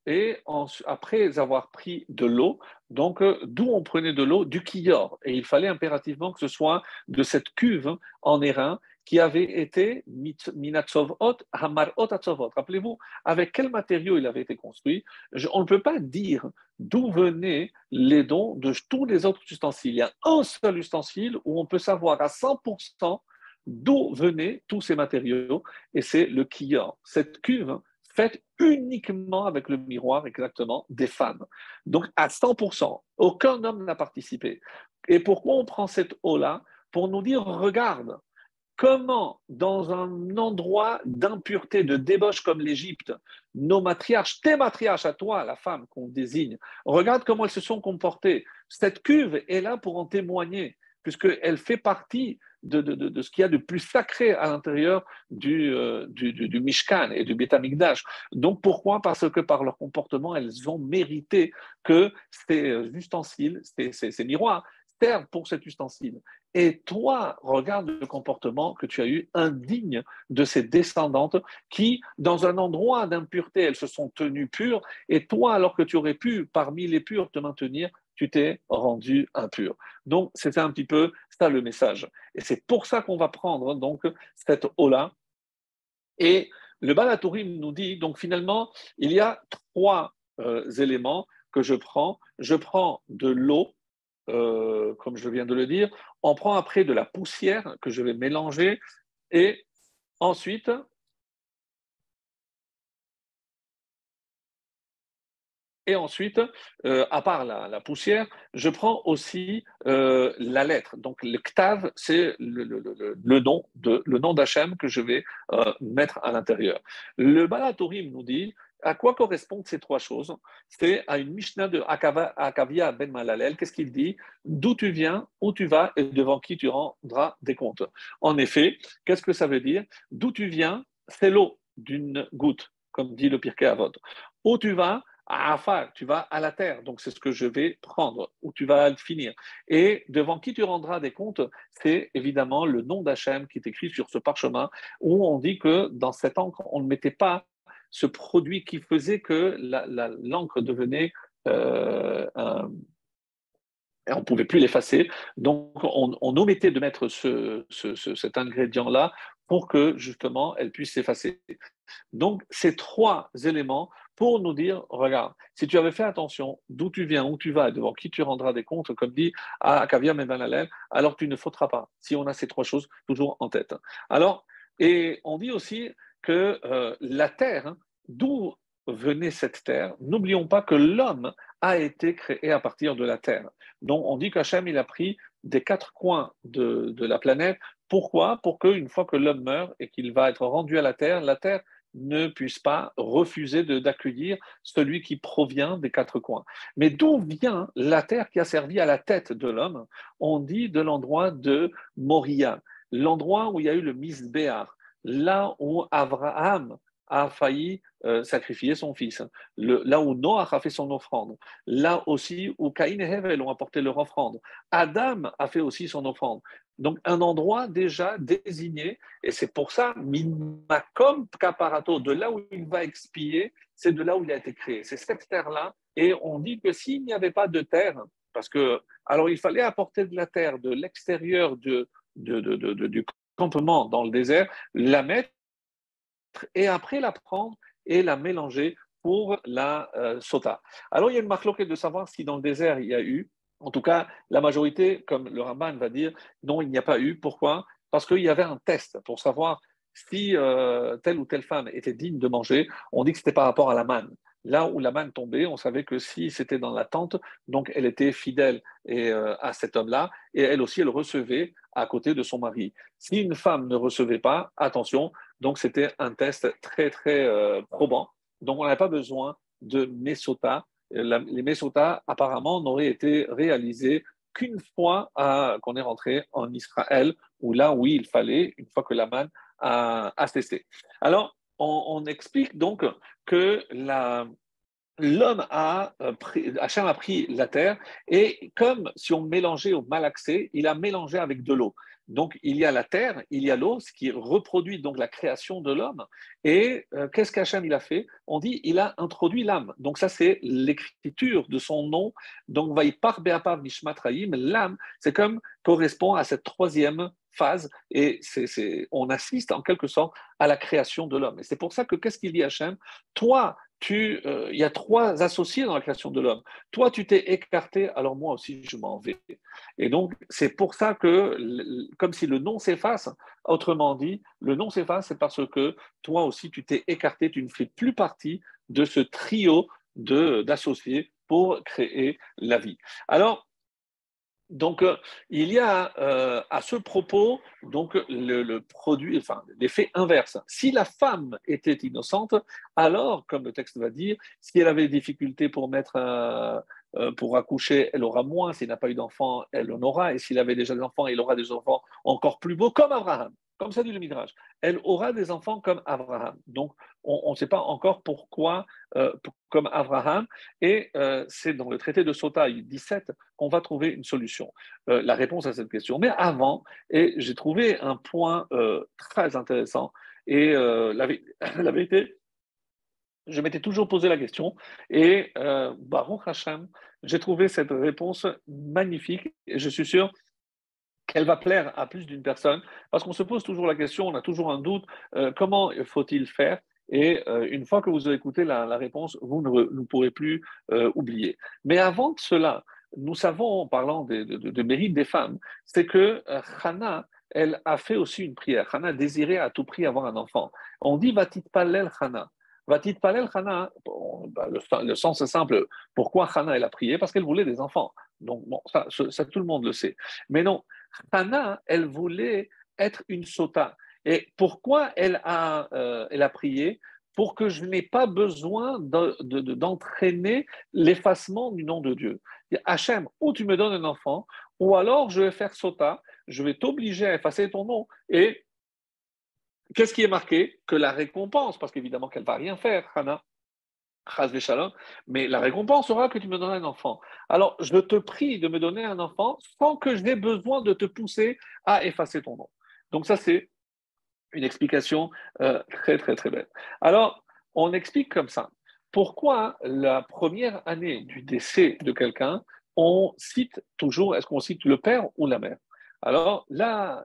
après avoir pris de l'eau, donc d'où on prenait de l'eau? Du kiyor. Et il fallait impérativement que ce soit de cette cuve en airain qui avait été minatzovot, hamarot atzovot. Rappelez-vous, avec quel matériau il avait été construit? On ne peut pas dire d'où venaient les dons de tous les autres ustensiles. Il y a un seul ustensile où on peut savoir à 100% d'où venaient tous ces matériaux, et c'est le kiyor. Cette cuve faite uniquement avec le miroir exactement des femmes. Donc à 100%, aucun homme n'a participé. Et pourquoi on prend cette eau-là? Pour nous dire, regarde, comment dans un endroit d'impureté, de débauche comme l'Égypte, nos matriarches, tes matriarches à toi, la femme qu'on désigne, regarde comment elles se sont comportées. Cette cuve est là pour en témoigner, puisqu'elle fait partie de ce qu'il y a de plus sacré à l'intérieur du Mishkan et du Beth Amikdash. Donc pourquoi? Parce que par leur comportement, elles ont mérité que ces ustensiles, ces miroirs, servent pour cet ustensile. Et toi, regarde le comportement que tu as eu indigne de ces descendantes qui, dans un endroit d'impureté, elles se sont tenues pures, et toi, alors que tu aurais pu, parmi les pures, te maintenir, tu t'es rendu impur. Donc, c'était un petit peu ça le message. Et c'est pour ça qu'on va prendre donc cette eau-là. Et le Balatourim nous dit, donc finalement, il y a trois éléments que je prends. Je prends de l'eau, comme je viens de le dire. On prend après de la poussière que je vais mélanger. Et ensuite, à part la poussière, je prends aussi la lettre. Donc, le ktav, c'est le nom d'Hachem que je vais mettre à l'intérieur. Le Balatourim nous dit à quoi correspondent ces trois choses. C'est à une Mishnah de Akavia ben Malalel. Qu'est-ce qu'il dit? D'où tu viens, où tu vas et devant qui tu rendras des comptes. En effet, qu'est-ce que ça veut dire? D'où tu viens, c'est l'eau d'une goutte, comme dit le Pirkei Avot. Où tu vas, à Afar, tu vas à la terre, donc c'est ce que je vais prendre, où tu vas le finir. Et devant qui tu rendras des comptes, c'est évidemment le nom d'Hachem qui est écrit sur ce parchemin, où on dit que dans cette encre, on ne mettait pas ce produit qui faisait que l'encre devenait et on ne pouvait plus l'effacer. Donc, on omettait de mettre cet ingrédient-là pour que, justement, elle puisse s'effacer. Donc, ces trois éléments pour nous dire, regarde, si tu avais fait attention d'où tu viens, où tu vas, devant qui tu rendras des comptes, comme dit à Kavia Mevanalel, alors tu ne faudras pas, si on a ces trois choses toujours en tête. Alors, et on dit aussi que la terre, d'où venait cette terre, n'oublions pas que l'homme a été créé à partir de la terre. Donc, on dit qu'Hachem, il a pris des quatre coins de la planète. Pourquoi? Pour qu'une fois que l'homme meurt et qu'il va être rendu à la terre ne puisse pas refuser d'accueillir celui qui provient des quatre coins. Mais d'où vient la terre qui a servi à la tête de l'homme? On dit de l'endroit de Moria, l'endroit où il y a eu le Misbéar, là où Abraham a failli sacrifier son fils, là où Noach a fait son offrande, là aussi où Caïn et Hevel ont apporté leur offrande, Adam a fait aussi son offrande. Donc un endroit déjà désigné, et c'est pour ça, Minmakom Kaparato, de là où il va expier, c'est de là où il a été créé. C'est cette terre-là, et on dit que s'il n'y avait pas de terre, parce que, alors il fallait apporter de la terre de l'extérieur du campement dans le désert, la mettre et après la prendre et la mélanger pour la sota. Alors il y a une marque de savoir si dans le désert il y a eu, en tout cas la majorité, comme le Ramban va dire, non, il n'y a pas eu. Pourquoi? Parce qu'il y avait un test pour savoir si telle ou telle femme était digne de manger. On dit que c'était par rapport à la manne. Là où la manne tombait, on savait que si c'était dans la tente, donc elle était fidèle à cet homme-là, et elle aussi, elle recevait à côté de son mari. Si une femme ne recevait pas, attention, donc c'était un test très, très probant. Donc on n'avait pas besoin de Mesota. Les Mesota, apparemment, n'auraient été réalisés qu'une fois qu'on est rentré en Israël, où là, oui, il fallait, une fois que la manne a cessé. Alors, on explique donc que l'homme Hachem a pris la terre et comme si on mélangeait au malaxé, il a mélangé avec de l'eau. Donc il y a la terre, il y a l'eau, ce qui reproduit donc la création de l'homme. Et qu'est-ce qu'Hachem il a fait? On dit il a introduit l'âme. Donc ça c'est l'écriture de son nom. Donc Vaipar Be'apav Nishmat Raïm, l'âme, c'est comme correspond à cette troisième phase et on assiste en quelque sorte à la création de l'homme. Et c'est pour ça que qu'est-ce qu'il dit Hachem? Toi, il y a trois associés dans la création de l'homme. Toi, tu t'es écarté, alors moi aussi, je m'en vais. Et donc, c'est pour ça que, comme si le nom s'efface, autrement dit, le nom s'efface, c'est parce que toi aussi, tu t'es écarté, tu ne fais plus partie de ce trio d'associés pour créer la vie. Alors, donc, il y a à ce propos donc le produit, enfin l'effet inverse. Si la femme était innocente, alors, comme le texte va dire, si elle avait des difficultés pour pour accoucher, elle aura moins. S'il n'a pas eu d'enfant, elle en aura. Et s'il avait déjà des enfants, il aura des enfants encore plus beaux, comme Abraham. Comme ça dit le Midrash. Elle aura des enfants comme Abraham. Donc, on ne sait pas encore pourquoi, comme Abraham. Et c'est dans le traité de Sota 17 qu'on va trouver une solution, la réponse à cette question. Mais avant, et j'ai trouvé un point très intéressant, et la vérité, je m'étais toujours posé la question, et Baruch Hashem, j'ai trouvé cette réponse magnifique, et je suis sûr qu'elle va plaire à plus d'une personne, parce qu'on se pose toujours la question, on a toujours un doute, comment faut-il faire? Et une fois que vous avez écouté la réponse, vous ne pourrez plus oublier. Mais avant de cela, nous savons, en parlant de mérite des femmes, c'est que Hannah, elle a fait aussi une prière. Hannah désirait à tout prix avoir un enfant. On dit Vatit Palel Hannah. Vatit Palel Hannah, bon, bah, le sens est simple. Pourquoi Hannah elle a prié? Parce qu'elle voulait des enfants. Donc, bon, ça, tout le monde le sait. Mais non, Hannah, elle voulait être une sota. Et pourquoi elle a prié? Pour que je n'ai pas besoin d'entraîner l'effacement du nom de Dieu. Hachem, ou tu me donnes un enfant, ou alors je vais faire sota, je vais t'obliger à effacer ton nom. Et qu'est-ce qui est marqué? Que la récompense, parce qu'évidemment qu'elle ne va rien faire, Hannah. Chas v'shalom, mais la récompense sera que tu me donnes un enfant. Alors, je te prie de me donner un enfant sans que je n'ai besoin de te pousser à effacer ton nom. Donc ça, c'est une explication très, très, très belle. Alors, on explique comme ça. Pourquoi la première année du décès de quelqu'un, on cite toujours, est-ce qu'on cite le père ou la mère? Alors là,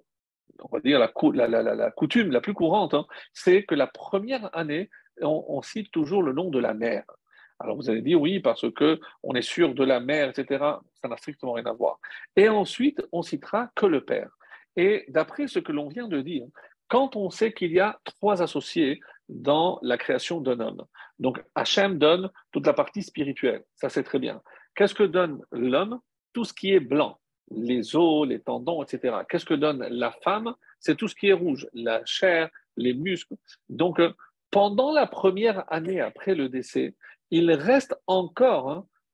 on va dire la coutume la plus courante, hein, c'est que la première année, on cite toujours le nom de la mère. Alors vous allez dire oui, parce que on est sûr de la mère, etc. Ça n'a strictement rien à voir. Et ensuite, on citera que le père. Et d'après ce que l'on vient de dire, quand on sait qu'il y a trois associés dans la création d'un homme, donc Hachem donne toute la partie spirituelle, ça c'est très bien. Qu'est-ce que donne l'homme? Tout ce qui est blanc, les os, les tendons, etc. Qu'est-ce que donne la femme? C'est tout ce qui est rouge, la chair, les muscles. Donc, pendant la première année après le décès, il reste encore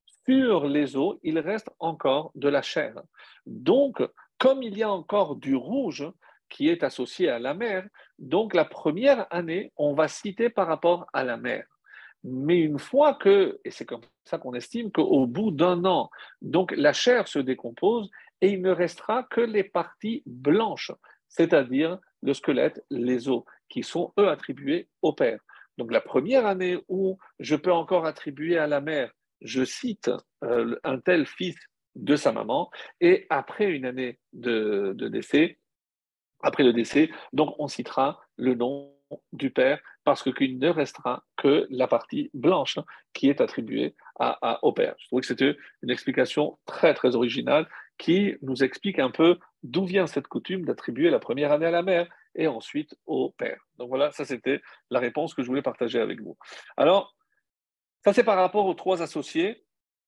sur les os, il reste encore de la chair. Donc, comme il y a encore du rouge qui est associé à la mère, donc la première année, on va citer par rapport à la mère. Mais une fois que, et c'est comme ça qu'on estime qu'au bout d'un an, donc la chair se décompose et il ne restera que les parties blanches, c'est-à-dire le squelette, les os, qui sont eux attribués au père. Donc la première année où je peux encore attribuer à la mère, je cite un tel fils de sa maman, et après une année de décès, après le décès, donc on citera le nom du père parce qu'il ne restera que la partie blanche qui est attribuée au père. Je trouve que c'était une explication très très originale qui nous explique un peu d'où vient cette coutume d'attribuer la première année à la mère et ensuite au père. Donc voilà, ça c'était la réponse que je voulais partager avec vous. Alors, ça c'est par rapport aux trois associés.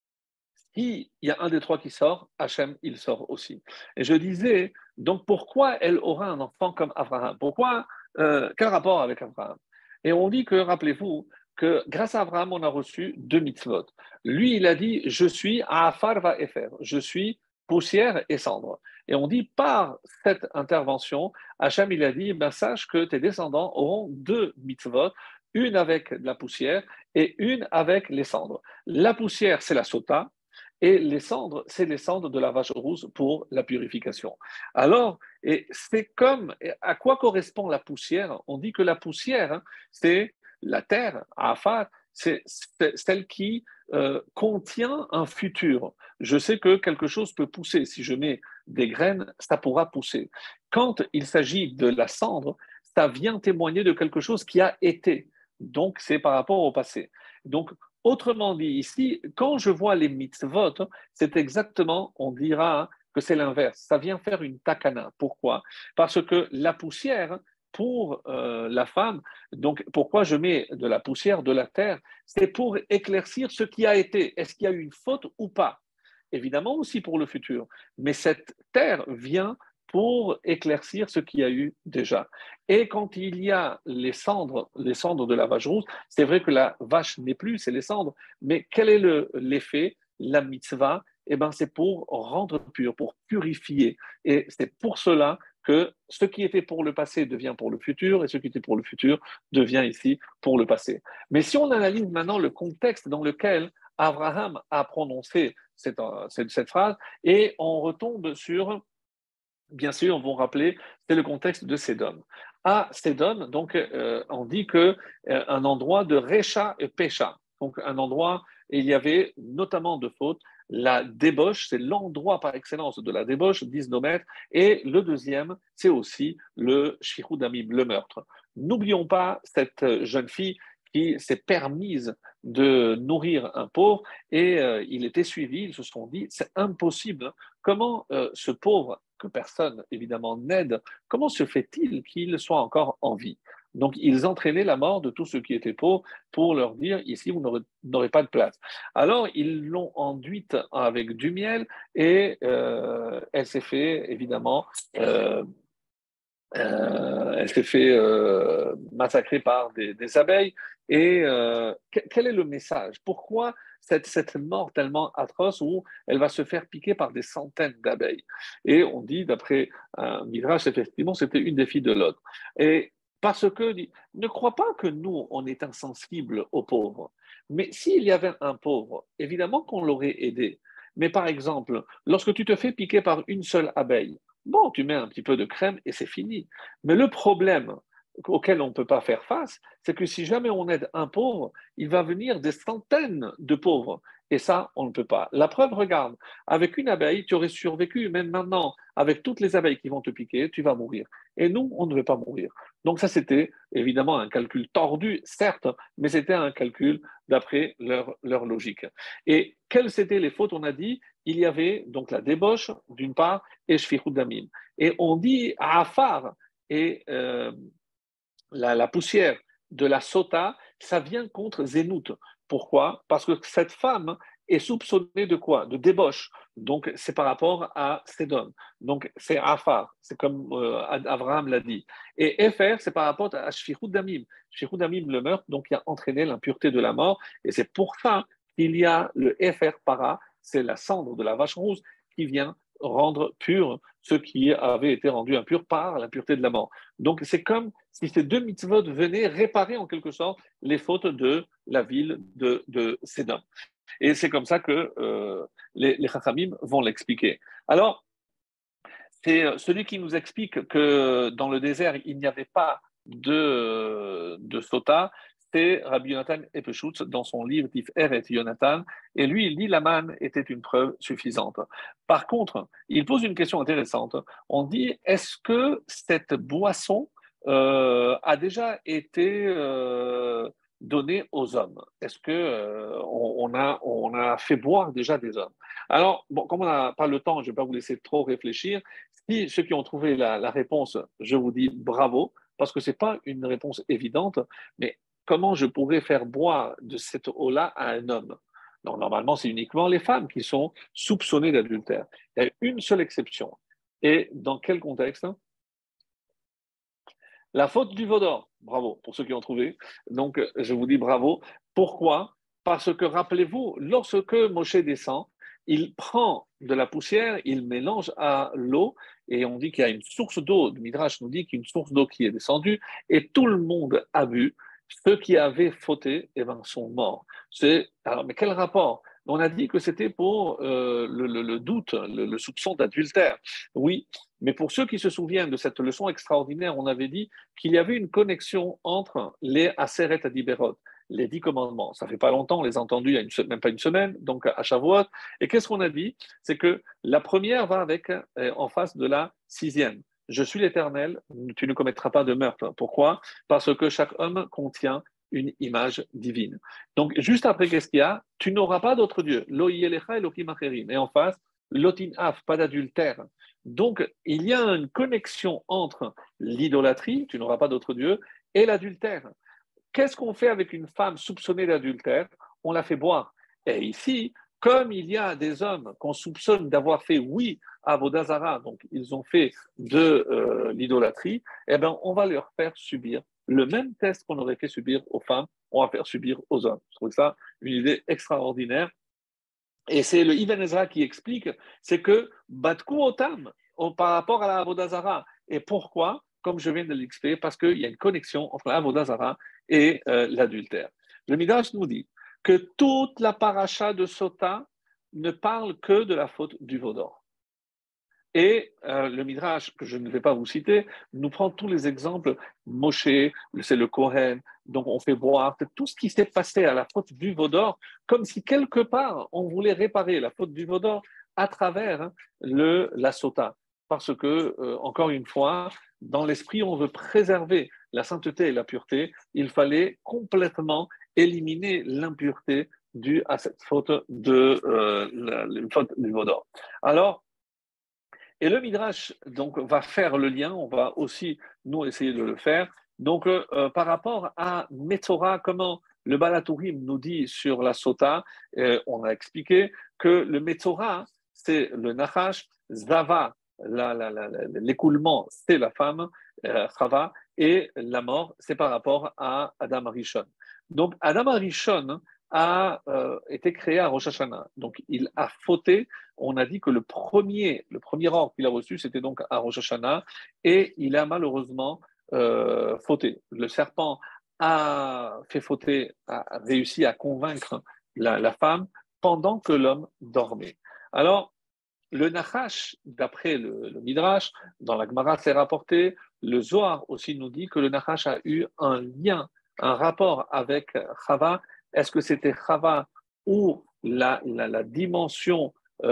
Si il y a un des trois qui sort, Hachem, il sort aussi. Et je disais, donc pourquoi elle aura un enfant comme Abraham? Pourquoi, quel rapport avec Abraham? Et on dit que, rappelez-vous, que grâce à Abraham, on a reçu deux mitzvot. Lui, il a dit, je suis Afar va Efer, je suis poussière et cendre. Et on dit, par cette intervention, Hachem, il a dit, ben, sache que tes descendants auront deux mitzvot, une avec la poussière et une avec les cendres. La poussière, c'est la sota, et les cendres, c'est les cendres de la vache rousse pour la purification. Alors, et c'est comme, à quoi correspond la poussière? On dit que la poussière, c'est la terre, Afar, c'est celle qui contient un futur. Je sais que quelque chose peut pousser. Si je mets des graines, ça pourra pousser. Quand il s'agit de la cendre, ça vient témoigner de quelque chose qui a été. Donc, c'est par rapport au passé. Donc, autrement dit, ici, quand je vois les mitzvot, c'est exactement, on dira que c'est l'inverse. Ça vient faire une takana. Pourquoi? Parce que la poussière, pour la femme, donc pourquoi je mets de la poussière, de la terre? C'est pour éclaircir ce qui a été. Est-ce qu'il y a eu une faute ou pas? Évidemment aussi pour le futur. Mais cette terre vient pour éclaircir ce qu'il y a eu déjà. Et quand il y a les cendres de la vache rousse, c'est vrai que la vache n'est plus, c'est les cendres. Mais quel est l'effet? La mitzvah, eh ben, c'est pour rendre pur, pour purifier. Et c'est pour cela que ce qui était pour le passé devient pour le futur, et ce qui était pour le futur devient ici pour le passé. Mais si on analyse maintenant le contexte dans lequel Abraham a prononcé cette phrase, et on retombe sur, bien sûr, on va rappeler, c'est le contexte de Sédom. À Sédom, donc, on dit que un endroit de Récha et Pécha, donc un endroit, et il y avait notamment de fautes, la débauche, c'est l'endroit par excellence de la débauche, 10 mètres, et le deuxième, c'est aussi le Shichud Damim, le meurtre. N'oublions pas cette jeune fille qui s'est permise de nourrir un pauvre et il était suivi, ils se sont dit, c'est impossible, comment ce pauvre que personne évidemment n'aide, comment se fait-il qu'il soit encore en vie? Donc ils entraînaient la mort de tous ceux qui étaient pauvres pour leur dire, ici vous n'aurez pas de place. Alors ils l'ont enduite avec du miel et elle s'est fait évidemment elle s'est fait massacrer par des abeilles. Et quel est le message? Pourquoi cette mort tellement atroce où elle va se faire piquer par des centaines d'abeilles? Et on dit, d'après un Midrash, effectivement, c'était une des filles de Lot. Et Parce que ne crois pas que nous, on est insensible aux pauvres. Mais s'il y avait un pauvre, évidemment qu'on l'aurait aidé. Mais par exemple, lorsque tu te fais piquer par une seule abeille, bon, tu mets un petit peu de crème et c'est fini. Mais le problème auquel on ne peut pas faire face, c'est que si jamais on aide un pauvre, il va venir des centaines de pauvres. Et ça, on ne peut pas. La preuve, regarde, avec une abeille, tu aurais survécu. Même maintenant, avec toutes les abeilles qui vont te piquer, tu vas mourir. Et nous, on ne veut pas mourir. Donc ça, c'était évidemment un calcul tordu, certes, mais c'était un calcul d'après leur logique. Et quelles étaient les fautes? On a dit, il y avait donc la débauche, d'une part, et shfichut damim. Et on dit à Afar, et la poussière de la sota, ça vient contre Zénout. Pourquoi? Parce que cette femme est soupçonnée de quoi? De débauche. Donc, c'est par rapport à Sédom. Donc, c'est Afar. C'est comme Abraham l'a dit. Et Efer, c'est par rapport à Shfichut Damim. Shfichut Damim, le meurtre, donc, il a entraîné l'impureté de la mort. Et c'est pour ça qu'il y a le Efer Para, c'est la cendre de la vache rouge qui vient rendre pur ce qui avait été rendu impur par l'impureté de la mort. Donc, c'est comme si ces deux mitzvot venaient réparer en quelque sorte les fautes de la ville de Sédom. Et c'est comme ça que les Chachamim vont l'expliquer. Alors, c'est celui qui nous explique que dans le désert, il n'y avait pas de sota, c'est Rabbi Yonatan Epeshutz dans son livre Tif Eret Yonatan, et lui, il dit la manne était une preuve suffisante. Par contre, il pose une question intéressante. On dit, est-ce que cette boisson a déjà été donnée aux hommes? Est-ce que on a fait boire déjà des hommes? Alors, bon, comme on n'a pas le temps, je ne vais pas vous laisser trop réfléchir. Si ceux qui ont trouvé la réponse, je vous dis bravo, parce que ce n'est pas une réponse évidente, mais comment je pourrais faire boire de cette eau-là à un homme? Donc, normalement, c'est uniquement les femmes qui sont soupçonnées d'adultère. Il y a une seule exception. Et dans quel contexte? La faute du veau d'or. Bravo pour ceux qui ont trouvé. Donc, je vous dis bravo. Pourquoi? Parce que rappelez-vous, lorsque Moshe descend, il prend de la poussière, il mélange à l'eau, et on dit qu'il y a une source d'eau. Le Midrash nous dit qu'il y a une source d'eau qui est descendue, et tout le monde a bu. Ceux qui avaient fauté, eh ben, sont morts. Alors, mais quel rapport? On a dit que c'était pour le doute, le soupçon d'adultère. Oui, mais pour ceux qui se souviennent de cette leçon extraordinaire, on avait dit qu'il y avait une connexion entre les Aseret Adiberot, les 10 commandements. Ça fait pas longtemps, on les a entendus il y a même pas une semaine, donc à Shavuot. Et qu'est-ce qu'on a dit? C'est que la première va avec en face de la sixième. Je suis l'Éternel, tu ne commettras pas de meurtre. Pourquoi? Parce que chaque homme contient une image divine. Donc, juste après, qu'est-ce qu'il y a? Tu n'auras pas d'autre Dieu. Lo yelecha elokim acherim. Et en face, lotin af, pas d'adultère. Donc, il y a une connexion entre l'idolâtrie, tu n'auras pas d'autre Dieu, et l'adultère. Qu'est-ce qu'on fait avec une femme soupçonnée d'adultère? On la fait boire. Et ici, comme il y a des hommes qu'on soupçonne d'avoir fait oui à Vodazara, donc ils ont fait de l'idolâtrie, eh bien, on va leur faire subir le même test qu'on aurait fait subir aux femmes, on va faire subir aux hommes. Je trouve ça une idée extraordinaire. Et c'est le Ibn Ezra qui explique, c'est que Batku Otam par rapport à la Avodazara. Et pourquoi? Comme je viens de l'expliquer, parce qu'il y a une connexion entre la Avodazara et l'adultère. Le Midrash nous dit que toute la paracha de Sota ne parle que de la faute du veau d'or. Et le Midrash, que je ne vais pas vous citer, nous prend tous les exemples. Moshe, c'est le Kohen, donc on fait boire, tout ce qui s'est passé à la faute du veau d'or, comme si quelque part on voulait réparer la faute du veau d'or à travers la sota. Parce que, encore une fois, dans l'esprit, on veut préserver la sainteté et la pureté, il fallait complètement éliminer l'impureté due à cette faute, la faute du veau d'or. Alors, et le Midrash donc, va faire le lien, on va aussi, nous, essayer de le faire. Donc, par rapport à Metzora, comment le Balatourim nous dit sur la Sota, on a expliqué que le Metzora, c'est le Nachash, Zava, l'écoulement, c'est la femme, Chava, et la mort, c'est par rapport à Adam Arishon. Donc, Adam Arishon a été créé à Rosh Hashanah. Donc, il a fauté. On a dit que le premier ordre qu'il a reçu, c'était donc à Rosh Hashanah, et il a malheureusement fauté. Le serpent a fait fauter, a réussi à convaincre la femme pendant que l'homme dormait. Alors, le Nachash, d'après le Midrash, dans la Gemara, c'est rapporté. Le Zohar aussi nous dit que le Nachash a eu un lien, un rapport avec Chava. Est-ce que c'était Chava ou la dimension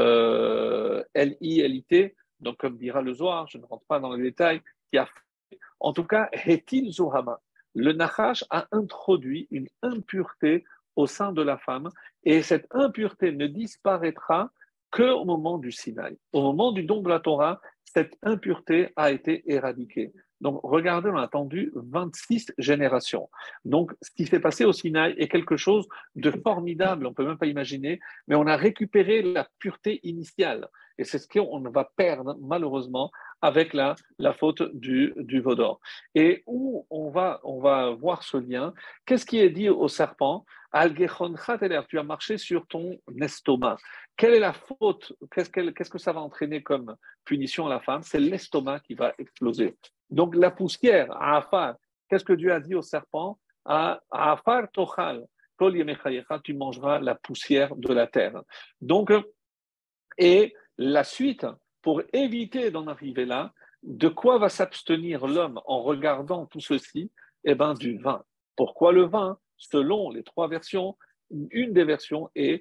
L-I-L-I-T, donc comme dira le Zohar, je ne rentre pas dans les détails, qui a fait. En tout cas, Hetil Zohama. Le Nachash a introduit une impureté au sein de la femme et cette impureté ne disparaîtra qu'au moment du Sinaï. Au moment du don de la Torah, cette impureté a été éradiquée. Donc, regardez, on a attendu 26 générations. Donc, ce qui s'est passé au Sinaï est quelque chose de formidable, on ne peut même pas imaginer, mais on a récupéré la pureté initiale. Et c'est ce qu'on va perdre, malheureusement, avec la faute du veau d'or. Et où on va voir ce lien. Qu'est-ce qui est dit au serpent? Tu as marché sur ton estomac. Quelle est la faute? Qu'est-ce que ça va entraîner comme punition à la femme? C'est l'estomac qui va exploser. Donc la poussière, Afar, qu'est-ce que Dieu a dit au serpent? Afar tochal, tu mangeras la poussière de la terre. Donc, et la suite, pour éviter d'en arriver là, de quoi va s'abstenir l'homme en regardant tout ceci? Eh bien, du vin. Pourquoi le vin? Selon les trois versions, une des versions est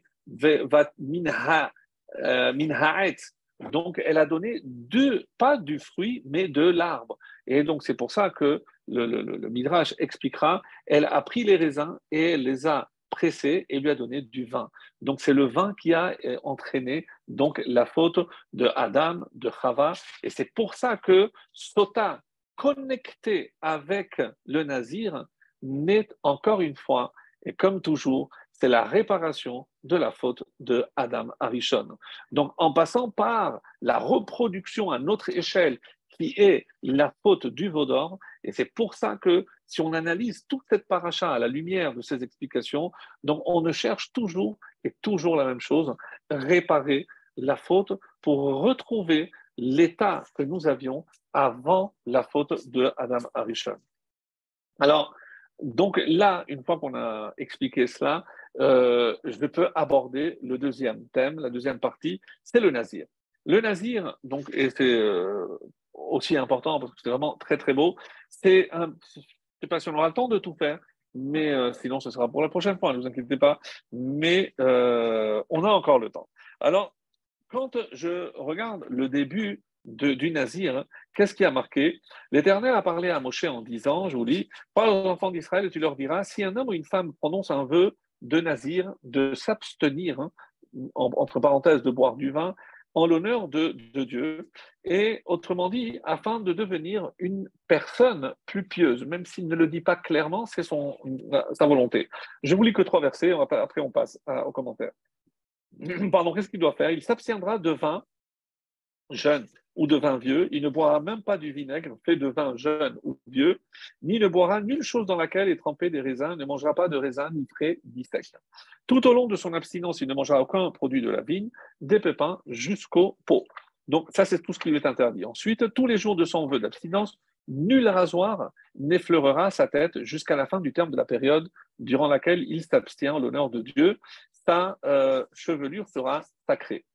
minhaet. Donc, elle a donné pas du fruit, mais de l'arbre. Et donc, c'est pour ça que le Midrash expliquera, elle a pris les raisins et elle les a pressés et lui a donné du vin. Donc, c'est le vin qui a entraîné donc la faute de Adam, de Chava. Et c'est pour ça que Sota, connecté avec le Nazir, n'est encore une fois, et comme toujours, c'est la réparation de la faute de Adam Arishon. Donc, en passant par la reproduction à notre échelle, qui est la faute du veau d'or, et c'est pour ça que si on analyse toute cette paracha à la lumière de ces explications, donc on ne cherche toujours et toujours la même chose, réparer la faute pour retrouver l'état que nous avions avant la faute de Adam Arishon. Alors, donc là, une fois qu'on a expliqué cela, je peux aborder le deuxième thème, la deuxième partie, c'est le nazir. Le nazir, donc, et c'est aussi important parce que c'est vraiment très très beau, je ne sais pas si on aura le temps de tout faire, mais sinon ce sera pour la prochaine fois, ne vous inquiétez pas, mais on a encore le temps. Alors, quand je regarde le début du nazir, hein, qu'est-ce qui a marqué? L'Éternel a parlé à Moshe en disant, je vous lis, parle aux enfants d'Israël et tu leur diras, si un homme ou une femme prononce un vœu de nazir, de s'abstenir, hein, entre parenthèses, de boire du vin, en l'honneur de Dieu, et autrement dit, afin de devenir une personne plus pieuse, même s'il ne le dit pas clairement, c'est sa volonté. Je vous lis que 3 versets, après on passe aux commentaires. Pardon, qu'est-ce qu'il doit faire? Il s'abstiendra de vin jeune ou de vin vieux. Il ne boira même pas du vinaigre fait de vin jeune ou vieux, ni ne boira nulle chose dans laquelle est trempé des raisins, ne mangera pas de raisins ni frais ni secs. Tout au long de son abstinence, il ne mangera aucun produit de la vigne, des pépins jusqu'au pot. Donc ça, c'est tout ce qui lui est interdit. Ensuite, tous les jours de son vœu d'abstinence, nul rasoir n'effleurera sa tête jusqu'à la fin du terme de la période durant laquelle il s'abstient en l'honneur de Dieu. Sa chevelure sera sacrée.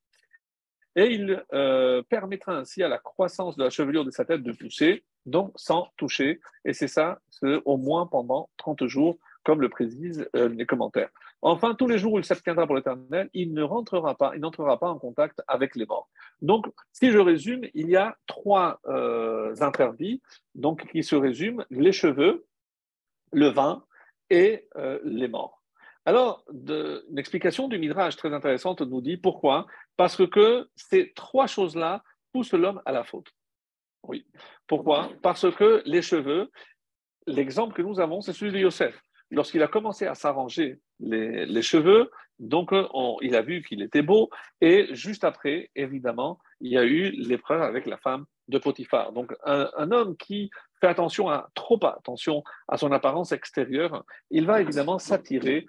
Et il permettra ainsi à la croissance de la chevelure de sa tête de pousser, donc sans toucher. Et c'est ça, c'est au moins pendant 30 jours, comme le précisent les commentaires. Enfin, tous les jours où il s'abstiendra pour l'Éternel, il n'entrera pas en contact avec les morts. Donc, si je résume, il y a 3 interdits, donc qui se résument les cheveux, le vin et les morts. Alors, une explication du Midrash très intéressante nous dit pourquoi? Parce que ces 3 choses-là poussent l'homme à la faute. Oui. Pourquoi? Parce que les cheveux, l'exemple que nous avons, c'est celui de Yosef. Lorsqu'il a commencé à s'arranger les cheveux, donc il a vu qu'il était beau, et juste après, évidemment, il y a eu l'épreuve avec la femme de Potiphar. Donc un homme qui fait trop attention à son apparence extérieure, il va évidemment s'attirer,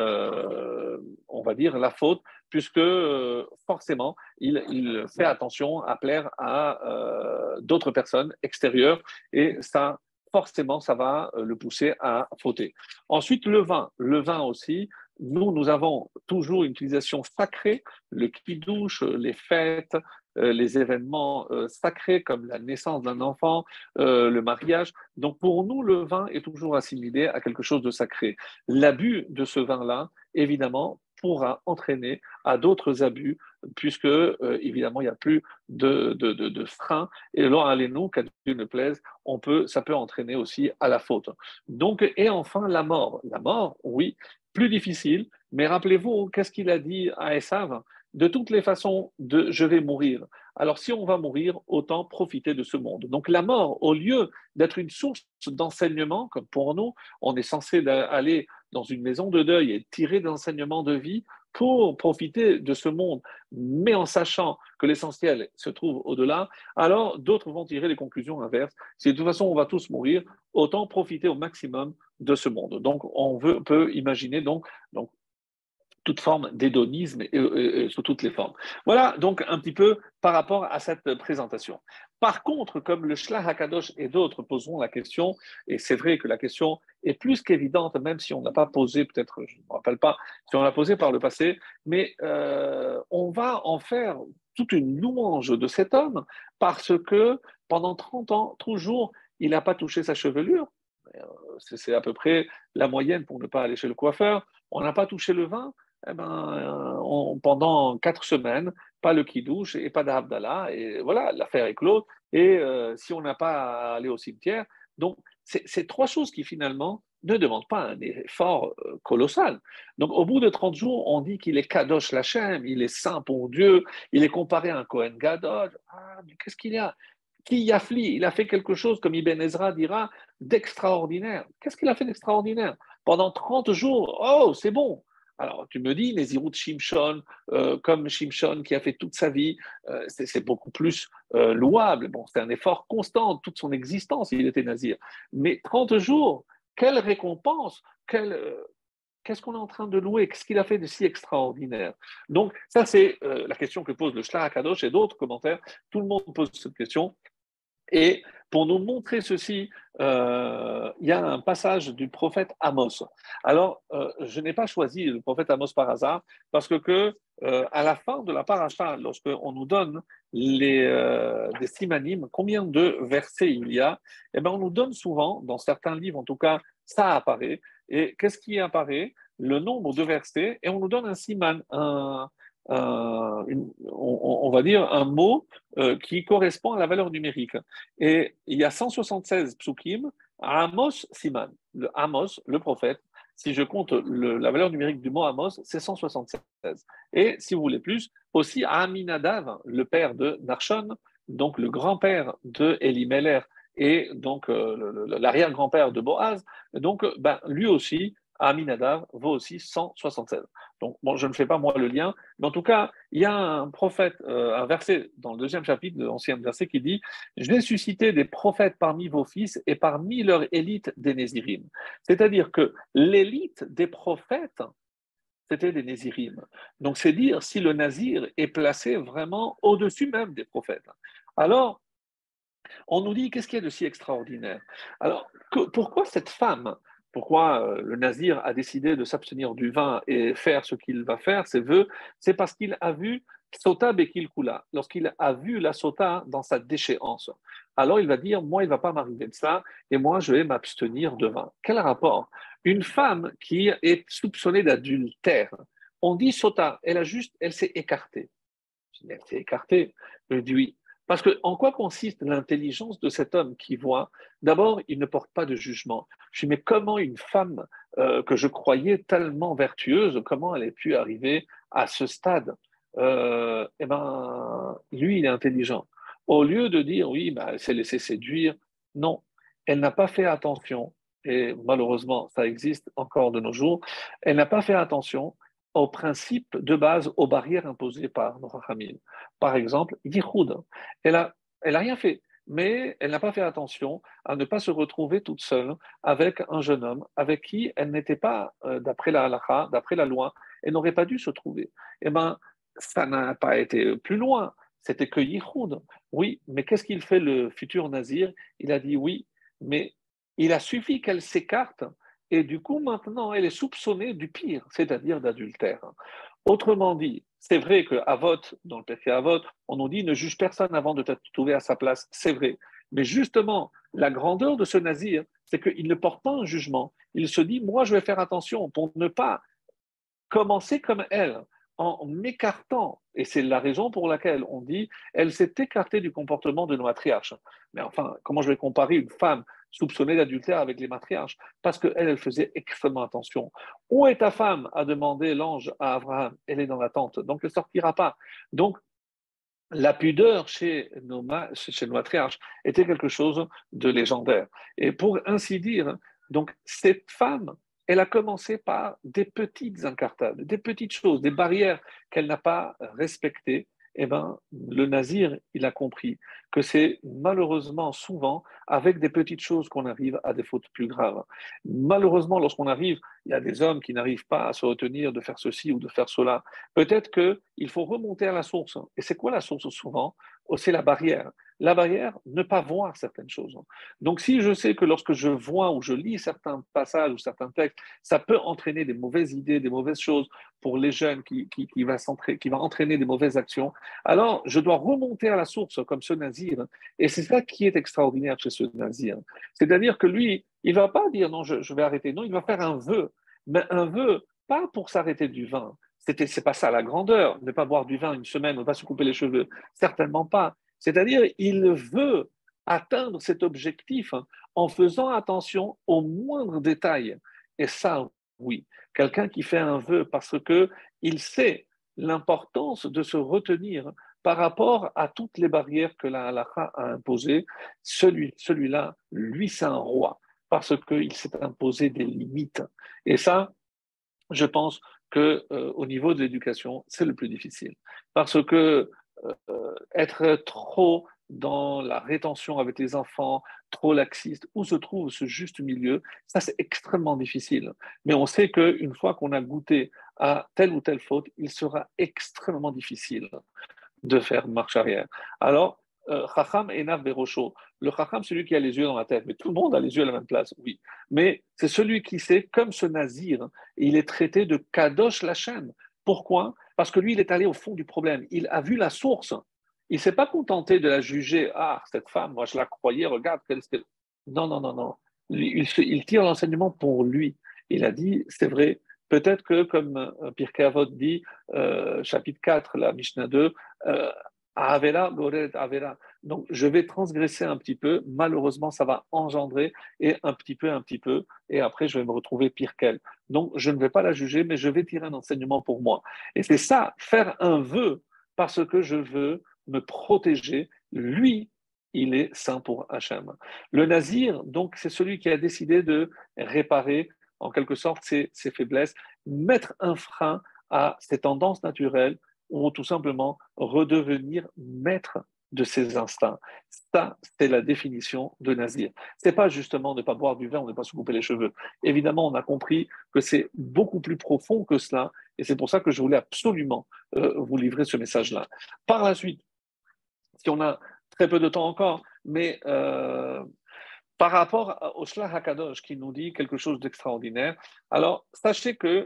on va dire, la faute, puisque forcément, il fait attention à plaire à d'autres personnes extérieures, et ça forcément, ça va le pousser à fauter. Ensuite, le vin. Le vin aussi, nous avons toujours une utilisation sacrée, le kiddush, les fêtes, les événements sacrés comme la naissance d'un enfant, le mariage. Donc pour nous, le vin est toujours assimilé à quelque chose de sacré. L'abus de ce vin-là, évidemment, pourra entraîner à d'autres abus, puisque évidemment, il n'y a plus de frein. Et alors, allez-nous, qu'à Dieu ne plaise, ça peut entraîner aussi à la faute. Donc, et enfin, la mort. La mort, oui, plus difficile, mais rappelez-vous, qu'est-ce qu'il a dit à Esav? De toutes les façons, je vais mourir. Alors, si on va mourir, autant profiter de ce monde. Donc, la mort, au lieu d'être une source d'enseignement, comme pour nous, on est censé aller dans une maison de deuil et tirer des enseignements de vie pour profiter de ce monde, mais en sachant que l'essentiel se trouve au-delà, alors d'autres vont tirer les conclusions inverses. Si de toute façon on va tous mourir, autant profiter au maximum de ce monde. Donc peut imaginer donc toute forme d'hédonisme et sous toutes les formes. Voilà donc un petit peu par rapport à cette présentation. Par contre, comme le Shlach HaKadosh et d'autres poseront la question, et c'est vrai que la question est plus qu'évidente, même si on ne l'a pas posée, peut-être, je ne me rappelle pas si on l'a posée par le passé, mais on va en faire toute une louange de cet homme parce que pendant 30 ans, toujours, il n'a pas touché sa chevelure. C'est à peu près la moyenne pour ne pas aller chez le coiffeur. On n'a pas touché le vin, eh ben, pendant 4 semaines, pas le kidouche et pas d'Abdallah. Et voilà, l'affaire est close. Et si on n'a pas à aller au cimetière, donc c'est trois choses qui finalement ne demandent pas un effort colossal. Donc au bout de 30 jours, on dit qu'il est Kadosh Lachem, il est saint pour Dieu, il est comparé à un Kohen Gadol. Ah, mais qu'est-ce qu'il y a? Qui Yafli, il a fait quelque chose, comme Ibn Ezra dira, d'extraordinaire. Qu'est-ce qu'il a fait d'extraordinaire? Pendant 30 jours, oh, c'est bon. Alors, tu me dis, Nézirut Shimshon, comme Shimshon qui a fait toute sa vie, c'est beaucoup plus louable. Bon, c'est un effort constant, toute son existence, il était nazir. Mais 30 jours, quelle récompense, qu'est-ce qu'on est en train de louer? Qu'est-ce qu'il a fait de si extraordinaire? Donc, ça, c'est la question que pose le Shlach HaKadosh et d'autres commentaires. Tout le monde pose cette question. Et pour nous montrer ceci, il y a un passage du prophète Amos. Alors, je n'ai pas choisi le prophète Amos par hasard, parce à la fin de la paracha, lorsqu'on nous donne des simanim, combien de versets il y a, eh bien, on nous donne souvent, dans certains livres en tout cas, ça apparaît. Et qu'est-ce qui apparaît? Le nombre de versets, et on nous donne un siman, on va dire un mot qui correspond à la valeur numérique. Et il y a 176 psukim à Amos Siman. Le Amos, le prophète, si je compte la valeur numérique du mot Amos, c'est 176. Et si vous voulez plus, aussi à Aminadav, le père de Narshon, donc le grand-père de Elimelech et donc l'arrière-grand-père de Boaz, donc lui aussi, Aminadav vaut aussi 176. Donc, bon, je ne fais pas moi le lien, mais en tout cas, il y a un prophète, un verset dans le 2e chapitre de l'Ancien verset qui dit: Je vais susciter des prophètes parmi vos fils et parmi leur élite des Nézirim. C'est-à-dire que l'élite des prophètes, c'était des Nézirim. Donc, c'est dire si le Nazir est placé vraiment au-dessus même des prophètes. Alors, on nous dit, qu'est-ce qu'il y a de si extraordinaire? Alors, pourquoi cette femme, pourquoi le nazir a décidé de s'abstenir du vin et faire ce qu'il va faire, ses vœux? C'est parce qu'il a vu Sota Bekil Kula, lorsqu'il a vu la Sota dans sa déchéance. Alors il va dire, moi, il ne va pas m'arriver de ça, et moi, je vais m'abstenir de vin. Quel rapport? Une femme qui est soupçonnée d'adultère, on dit Sota, elle s'est écartée. Elle s'est écartée. Je dis oui. Parce que en quoi consiste l'intelligence de cet homme qui voit? D'abord, il ne porte pas de jugement. Je dis, mais comment une femme que je croyais tellement vertueuse, comment elle a pu arriver à ce stade? Eh ben, lui, il est intelligent. Au lieu de dire, oui, ben, elle s'est laissée séduire, non, elle n'a pas fait attention, et malheureusement, ça existe encore de nos jours, elle n'a pas fait attention aux principes de base, aux barrières imposées par nos Rachamim. Par exemple, Yichud. Elle a, elle a rien fait, mais elle n'a pas fait attention à ne pas se retrouver toute seule avec un jeune homme avec qui elle n'était pas, d'après la halakha, d'après la loi, elle n'aurait pas dû se trouver. Eh bien, ça n'a pas été plus loin. C'était que Yichud. Oui, mais qu'est-ce qu'il fait le futur nazir? Il a dit oui, mais il a suffi qu'elle s'écarte et du coup, maintenant, elle est soupçonnée du pire, c'est-à-dire d'adultère. Autrement dit, c'est vrai qu'à vote, dans le péché à vote, on nous dit ne juge personne avant de te trouver à sa place. C'est vrai. Mais justement, la grandeur de ce nazir, c'est qu'il ne porte pas un jugement. Il se dit, moi, je vais faire attention pour ne pas commencer comme elle, en m'écartant. Et c'est la raison pour laquelle on dit, elle s'est écartée du comportement de nos matriarches. Mais enfin, comment je vais comparer une femme soupçonnée d'adultère avec les matriarches? Parce qu'elle, elle faisait extrêmement attention. Où est ta femme? A demandé l'ange à Abraham. Elle est dans la tente, donc elle ne sortira pas. Donc, la pudeur chez nos matriarches était quelque chose de légendaire. Et pour ainsi dire, donc cette femme, elle a commencé par des petites incartades, des petites choses, des barrières qu'elle n'a pas respectées. Eh ben, le nazir, il a compris que c'est malheureusement souvent avec des petites choses qu'on arrive à des fautes plus graves. Malheureusement, lorsqu'on arrive, il y a des hommes qui n'arrivent pas à se retenir de faire ceci ou de faire cela. Peut-être qu'il faut remonter à la source. Et c'est quoi la source souvent? Oh, c'est la barrière. La barrière, ne pas voir certaines choses. Donc, si je sais que lorsque je vois ou je lis certains passages ou certains textes, ça peut entraîner des mauvaises idées, des mauvaises choses pour les jeunes qui va entraîner des mauvaises actions, alors je dois remonter à la source comme ce nazir. Et c'est ça qui est extraordinaire chez ce nazir. C'est-à-dire que lui, il ne va pas dire non, je vais arrêter. Non, il va faire un vœu. Mais un vœu, pas pour s'arrêter du vin, c'est pas ça la grandeur, ne pas boire du vin une semaine, ne pas se couper les cheveux, certainement pas. C'est-à-dire, il veut atteindre cet objectif en faisant attention aux moindres détails. Et ça, oui, quelqu'un qui fait un vœu parce que il sait l'importance de se retenir par rapport à toutes les barrières que la halakha a imposées, celui-là, lui, c'est un roi parce qu'il s'est imposé des limites. Et ça, je pense que au niveau de l'éducation, c'est le plus difficile. Parce que être trop dans la rétention avec les enfants, trop laxiste, où se trouve ce juste milieu, ça c'est extrêmement difficile. Mais on sait qu'une fois qu'on a goûté à telle ou telle faute, il sera extrêmement difficile de faire marche arrière. Alors, Chacham Enav Berosho, le Chacham, c'est celui qui a les yeux dans la tête, mais tout le monde a les yeux à la même place, oui. Mais c'est celui qui sait, comme ce nazir, il est traité de Kadosh Lachem. Pourquoi? Parce que lui, il est allé au fond du problème. Il a vu la source. Il ne s'est pas contenté de la juger. Ah, cette femme, moi je la croyais, regarde. Non, non, non, non. Il tire l'enseignement pour lui. Il a dit, c'est vrai, peut-être que, comme Pirkei Avot dit, chapitre 4, la Mishnah 2, Avera, Goret, Avera. Donc, je vais transgresser un petit peu. Malheureusement, ça va engendrer et un petit peu, et après, je vais me retrouver pire qu'elle. Donc, je ne vais pas la juger, mais je vais tirer un enseignement pour moi. Et c'est ça, faire un vœu parce que je veux me protéger. Lui, il est saint pour Hachem. Le nazir, donc, c'est celui qui a décidé de réparer, en quelque sorte, ses faiblesses, mettre un frein à ses tendances naturelles ou tout simplement redevenir maître de ses instincts. Ça, c'est la définition de nazir. C'est pas justement ne pas boire du vin ou ne pas se couper les cheveux. Évidemment, on a compris que c'est beaucoup plus profond que cela, et c'est pour ça que je voulais absolument vous livrer ce message-là. Par la suite, si on a très peu de temps encore, mais par rapport au Shlach HaKadosh qui nous dit quelque chose d'extraordinaire, alors sachez que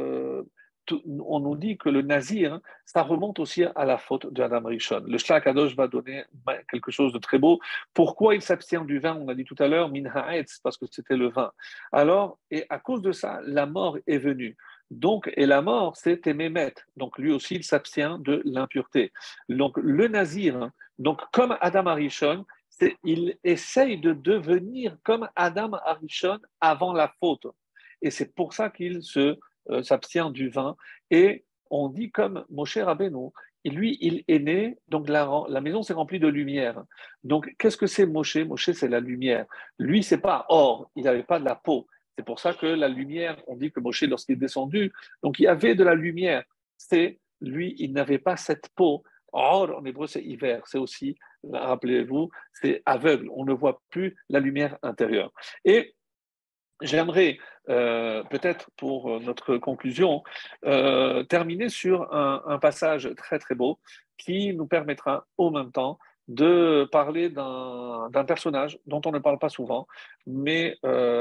on nous dit que le nazir, ça remonte aussi à la faute de Adam Rishon. Le Shlach HaKadosh va donner quelque chose de très beau. Pourquoi il s'abstient du vin? On a dit tout à l'heure, min ha'etz, parce que c'était le vin. Alors, et à cause de ça, la mort est venue. Donc, et la mort, c'est Témémet. Donc, lui aussi, il s'abstient de l'impureté. Donc, le nazir, donc, comme Adam Arishon, il essaye de devenir comme Adam Arishon avant la faute. Et c'est pour ça qu'il s'abstient du vin. Et on dit comme Moshe Rabbeinu, lui, il est né, donc la maison s'est remplie de lumière. Donc, qu'est-ce que c'est Moshe? Moshe, c'est la lumière. Lui, c'est pas or, il n'avait pas de la peau. C'est pour ça que la lumière, on dit que Moshe, lorsqu'il est descendu, donc il y avait de la lumière. C'est lui, il n'avait pas cette peau. Or, en hébreu, c'est hiver. C'est aussi, rappelez-vous, c'est aveugle. On ne voit plus la lumière intérieure. Et j'aimerais, peut-être pour notre conclusion, terminer sur un passage très très beau qui nous permettra au même temps de parler d'un personnage dont on ne parle pas souvent, mais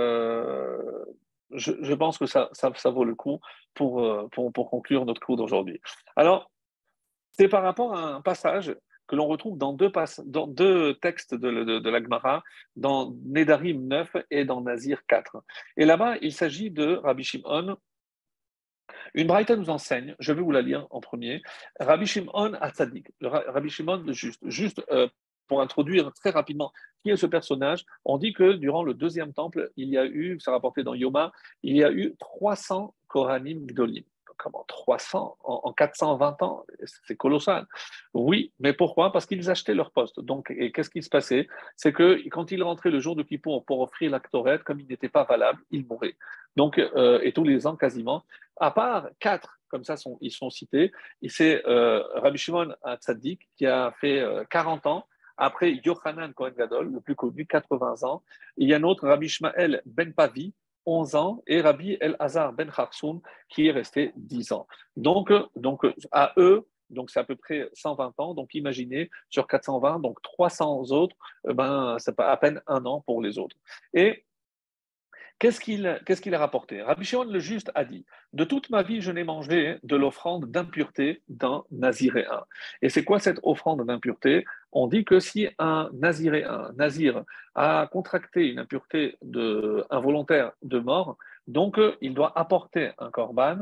je pense que ça vaut le coup pour conclure notre cours d'aujourd'hui. Alors, c'est par rapport à un passage que l'on retrouve dans deux textes de la Gemara, dans Nedarim 9 et dans Nazir 4. Et là-bas, il s'agit de Rabbi Shimon. Une braïta nous enseigne, je vais vous la lire en premier, Rabbi Shimon Hatzadik, Rabbi Shimon le juste. Pour introduire très rapidement qui est ce personnage, on dit que durant le deuxième temple, il y a eu, c'est rapporté dans Yoma, il y a eu 300 Kohanim Gdolim. Comment 300 en 420 ans? C'est colossal. Oui, mais pourquoi? Parce qu'ils achetaient leur poste. Donc, et qu'est-ce qui se passait? C'est que quand ils rentraient le jour de Kippour pour offrir la Ktoret, comme il n'était pas valable, ils mouraient. Donc, et tous les ans quasiment, à part quatre, comme ça ils sont cités, et c'est Rabbi Shimon Hatzadik qui a fait 40 ans, après Yochanan Kohen Gadol, le plus connu, 80 ans. Il y a un autre, Rabbi Ishmael Ben Pavi, 11 ans, et Rabbi El-Hazar Ben Kharsoum, qui est resté 10 ans. Donc à eux, donc c'est à peu près 120 ans, donc imaginez, sur 420, donc 300 autres, ben, c'est à peine un an pour les autres. Et qu'est-ce qu'il a rapporté? Rabbi Shimon le juste a dit, de toute ma vie, je n'ai mangé de l'offrande d'impureté d'un naziréen. Et c'est quoi cette offrande d'impureté? On dit que si un naziréen, nazir, a contracté une impureté involontaire de mort, donc il doit apporter un korban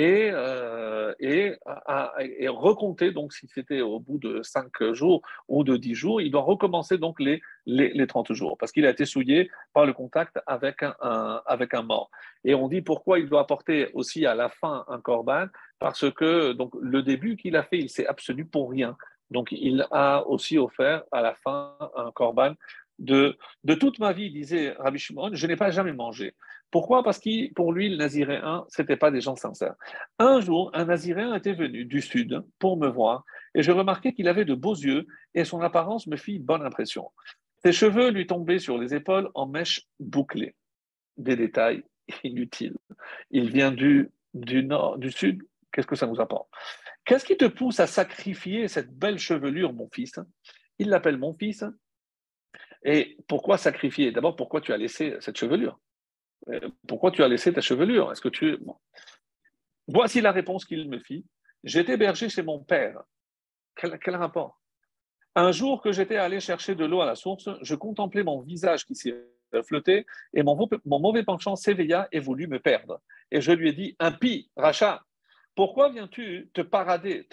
et recompter, donc si c'était au bout de 5 jours ou de 10 jours, il doit recommencer donc les 30 jours, parce qu'il a été souillé par le contact avec un mort. Et on dit pourquoi il doit apporter aussi à la fin un korban, parce que donc, le début qu'il a fait, il s'est abstenu pour rien. Donc il a aussi offert à la fin un korban. De toute ma vie, disait Rabbi Shimon, je n'ai pas jamais mangé. Pourquoi? Parce que pour lui, le naziréen, ce n'était pas des gens sincères. Un jour, un naziréen était venu du sud pour me voir et je remarquais qu'il avait de beaux yeux et son apparence me fit bonne impression. Ses cheveux lui tombaient sur les épaules en mèches bouclées. Des détails inutiles. Il vient du nord, du sud. Qu'est-ce que ça nous apporte? Qu'est-ce qui te pousse à sacrifier cette belle chevelure, mon fils? Il l'appelle mon fils. Et pourquoi sacrifier? D'abord, pourquoi tu as laissé cette chevelure? Pourquoi tu as laissé ta chevelure? Est-ce que tu... Bon. Voici la réponse qu'il me fit. J'étais berger chez mon père. Quel rapport? Un jour que j'étais allé chercher de l'eau à la source, je contemplais mon visage qui s'y reflétait et mon mauvais penchant s'éveilla et voulut me perdre. Et je lui ai dit, impie, rachat, pourquoi viens-tu te parader,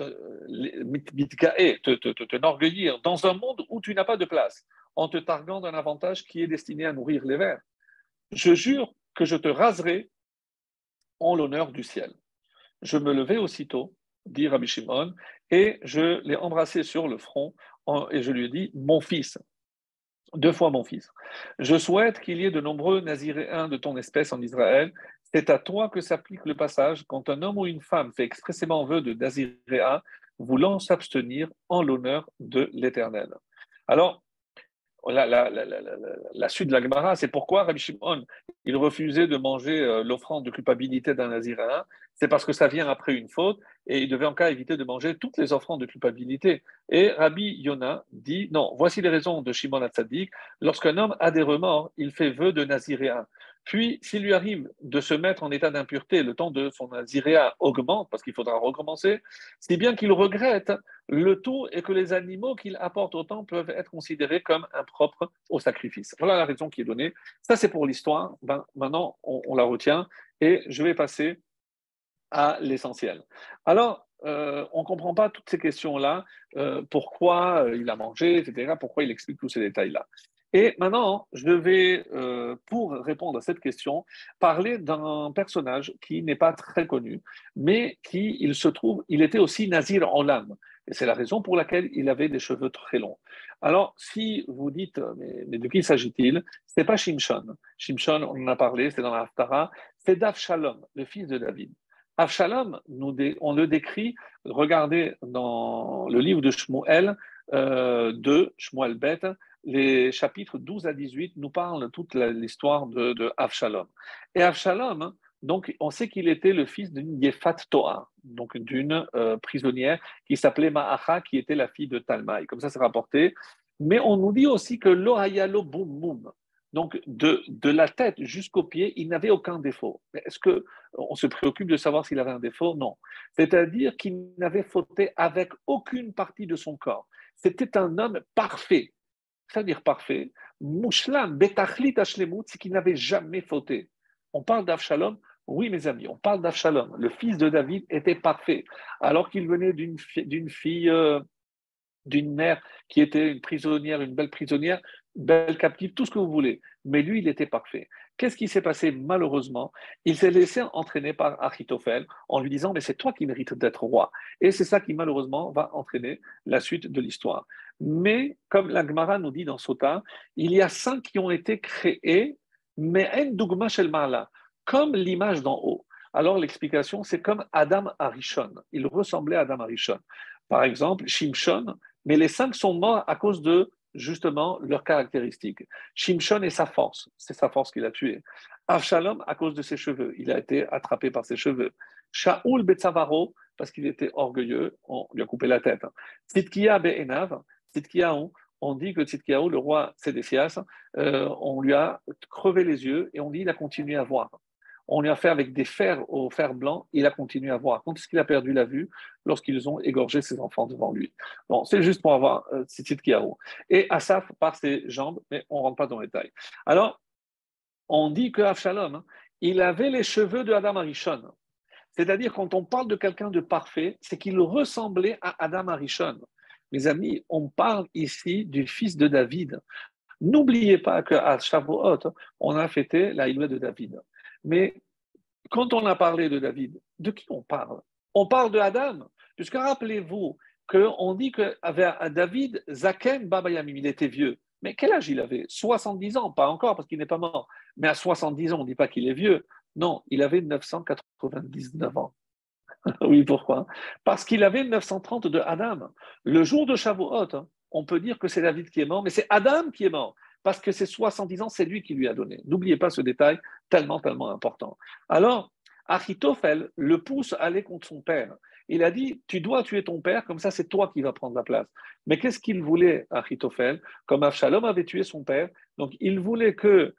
t'enorgueillir dans un monde où tu n'as pas de place, en te targuant d'un avantage qui est destiné à nourrir les vers? Je jure que je te raserai en l'honneur du ciel. Je me levai aussitôt, dit Rabbi Shimon, et je l'ai embrassé sur le front et je lui ai dit, mon fils, deux fois mon fils, je souhaite qu'il y ait de nombreux naziréens de ton espèce en Israël. C'est à toi que s'applique le passage quand un homme ou une femme fait expressément vœu de naziréen, voulant s'abstenir en l'honneur de l'Éternel. Alors, la suite de la Gemara, c'est pourquoi Rabbi Shimon il refusait de manger l'offrande de culpabilité d'un naziréen. C'est parce que ça vient après une faute et il devait en cas éviter de manger toutes les offrandes de culpabilité. Et Rabbi Yona dit non, voici les raisons de Shimon Hatzadik. Lorsqu'un homme a des remords, il fait vœu de naziréen. Puis, s'il lui arrive de se mettre en état d'impureté, le temps de son naziréa augmente parce qu'il faudra recommencer, si bien qu'il regrette, le tout est que les animaux qu'il apporte au temple peuvent être considérés comme impropres au sacrifice. Voilà la raison qui est donnée. Ça, c'est pour l'histoire. Ben, maintenant, on la retient et je vais passer à l'essentiel. Alors, on ne comprend pas toutes ces questions-là, pourquoi il a mangé, etc., pourquoi il explique tous ces détails-là. Et maintenant, je vais, pour répondre à cette question, parler d'un personnage qui n'est pas très connu, mais qui, il se trouve, il était aussi Nazir Olam. Et c'est la raison pour laquelle il avait des cheveux très longs. Alors, si vous dites, mais de qui s'agit-il? Ce n'est pas Shimshon. Shimshon, on en a parlé, c'est dans la Haftara, c'est d'Avshalom, le fils de David. Avshalom, on le décrit, regardez dans le livre de Shmuel, de Shmuel Bet, les chapitres 12 à 18 nous parlent toute l'histoire de Avshalom. Et Avshalom, donc, on sait qu'il était le fils d'une Yefat Toa, donc d'une prisonnière qui s'appelait Ma'acha, qui était la fille de Talmaï. Comme ça, c'est rapporté. Mais on nous dit aussi que l'ohayalo boum boum. Donc, de la tête jusqu'aux pieds, il n'avait aucun défaut. Est-ce qu'on se préoccupe de savoir s'il avait un défaut? Non. C'est-à-dire qu'il n'avait fauté avec aucune partie de son corps. C'était un homme parfait. C'est-à-dire parfait. Mouchlam, betachlit ashlemut, c'est qu'il n'avait jamais fauté. On parle d'Avshalom. Oui, mes amis, on parle d'Avshalom. Le fils de David était parfait. Alors qu'il venait d'une fille d'une mère qui était une prisonnière, une belle captive, tout ce que vous voulez. Mais lui, il était parfait. Qu'est-ce qui s'est passé malheureusement? Il s'est laissé entraîner par Achitophel en lui disant, mais c'est toi qui mérites d'être roi. Et c'est ça qui malheureusement va entraîner la suite de l'histoire. Mais comme la Gemara nous dit dans Sota, il y a 5 qui ont été créés, mais en dogma shel ma'ala, comme l'image d'en haut. Alors l'explication, c'est comme Adam Arishon. Il ressemblait à Adam Arishon. Par exemple, Shimshon, mais les 5 sont morts à cause de justement leurs caractéristiques. Shimshon et sa force, c'est sa force qui l'a tué. Avshalom à cause de ses cheveux, il a été attrapé par ses cheveux. Shaoul Betzavaro, parce qu'il était orgueilleux, on lui a coupé la tête. Tzidkia Be'enav, Tzidkiyahu, on dit que Tzidkiyahu, le roi Sédécias, on lui a crevé les yeux et on dit qu'il a continué à voir. On lui a fait avec des fers au fer blanc, il a continué à voir. Quand est-ce qu'il a perdu la vue? Lorsqu'ils ont égorgé ses enfants devant lui. Bon, c'est juste pour avoir Tzidkiyahu. Et Asaph par ses jambes, mais on ne rentre pas dans les détails. Alors, on dit que Avshalom, il avait les cheveux de Adam Arishon. C'est-à-dire, quand on parle de quelqu'un de parfait, c'est qu'il ressemblait à Adam Arishon. Mes amis, on parle ici du fils de David. N'oubliez pas qu'à Shavuot, on a fêté la Iloué de David. Mais quand on a parlé de David, de qui on parle? On parle de Adam, puisque rappelez-vous qu'on dit que David, Zaken Babayamim, il était vieux. Mais quel âge il avait? 70 ans, pas encore parce qu'il n'est pas mort. Mais à 70 ans, on ne dit pas qu'il est vieux. Non, il avait 999 ans. Oui, pourquoi? Parce qu'il avait 930 de Adam. Le jour de Shavuot, on peut dire que c'est David qui est mort, mais c'est Adam qui est mort. Parce que ces 70 ans, c'est lui qui lui a donné. N'oubliez pas ce détail tellement, tellement important. Alors, Achitophel le pousse à aller contre son père. Il a dit, tu dois tuer ton père, comme ça c'est toi qui vas prendre la place. Mais qu'est-ce qu'il voulait, Achitophel? Comme Avshalom avait tué son père, donc il voulait que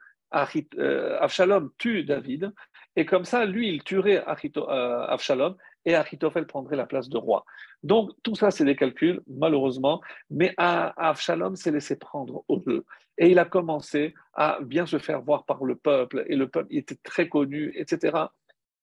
Avshalom tue David, et comme ça, lui, il tuerait Avshalom, et Achitophel prendrait la place de roi. Donc, tout ça, c'est des calculs, malheureusement, mais Avshalom s'est laissé prendre au jeu. Et il a commencé à bien se faire voir par le peuple, et le peuple était très connu, etc.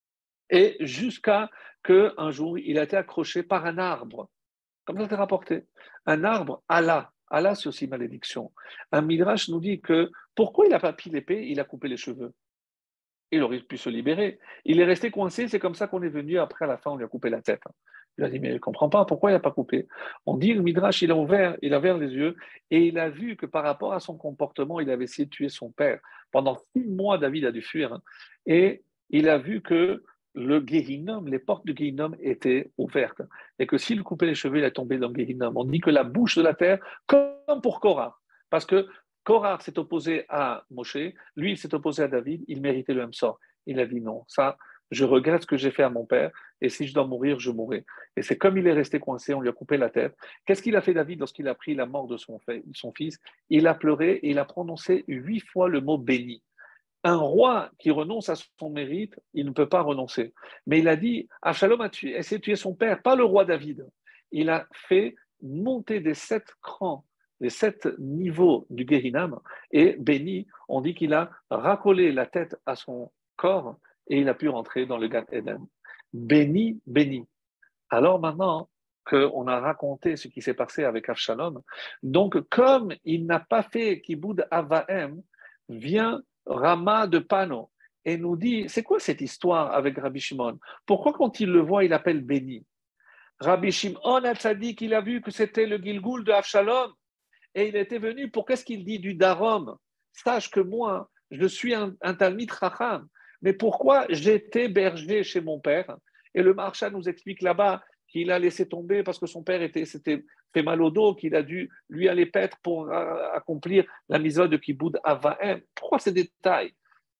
Et jusqu'à qu'un jour, il a été accroché par un arbre, comme ça c'est rapporté. Un arbre, Allah. Allah, c'est aussi malédiction. Un midrash nous dit que pourquoi il n'a pas pris l'épée, il a coupé les cheveux. Il aurait pu se libérer. Il est resté coincé, c'est comme ça qu'on est venu. Après, à la fin, on lui a coupé la tête. Il a dit, mais je ne comprends pas, pourquoi il n'a pas coupé? On dit, le Midrash, il a ouvert les yeux et il a vu que par rapport à son comportement, il avait essayé de tuer son père. Pendant 6 mois, David a dû fuir. Et il a vu que le Gehinnom, les portes du Gehinnom étaient ouvertes. Et que s'il coupait les cheveux, il est tombé dans le Gehinnom. On dit que la bouche de la terre, comme pour Korah. Parce que Korah s'est opposé à Moshe, lui, il s'est opposé à David, il méritait le même sort. Il a dit non, ça, je regrette ce que j'ai fait à mon père, et si je dois mourir, je mourrai. Et c'est comme il est resté coincé, on lui a coupé la tête. Qu'est-ce qu'il a fait David lorsqu'il a pris la mort de son fils? Il a pleuré et il a prononcé 8 fois le mot béni. Un roi qui renonce à son mérite, il ne peut pas renoncer. Mais il a dit, Absalom a essayé de tuer son père, pas le roi David. Il a fait monter des 7 crans, les 7 niveaux du Gehinam, et béni, on dit qu'il a racolé la tête à son corps et il a pu rentrer dans le Gan Eden. Béni, béni. Alors maintenant qu'on a raconté ce qui s'est passé avec Avshalom, donc comme il n'a pas fait Kiboud Avahem, vient Rama de Pano et nous dit, c'est quoi cette histoire avec Rabbi Shimon? Pourquoi quand il le voit, il appelle béni? Rabbi Shimon a dit qu'il a vu que c'était le Gilgoul de Avshalom et il était venu pour qu'est-ce qu'il dit du Darom? Sache que moi, je suis un Talmid Chacham, mais pourquoi j'étais berger chez mon père? Et le Maharsha nous explique là-bas qu'il a laissé tomber parce que son père s'était fait mal au dos, qu'il a dû lui aller paître pour accomplir la mitzvah de Kiboud Avahem. Pourquoi ces détails?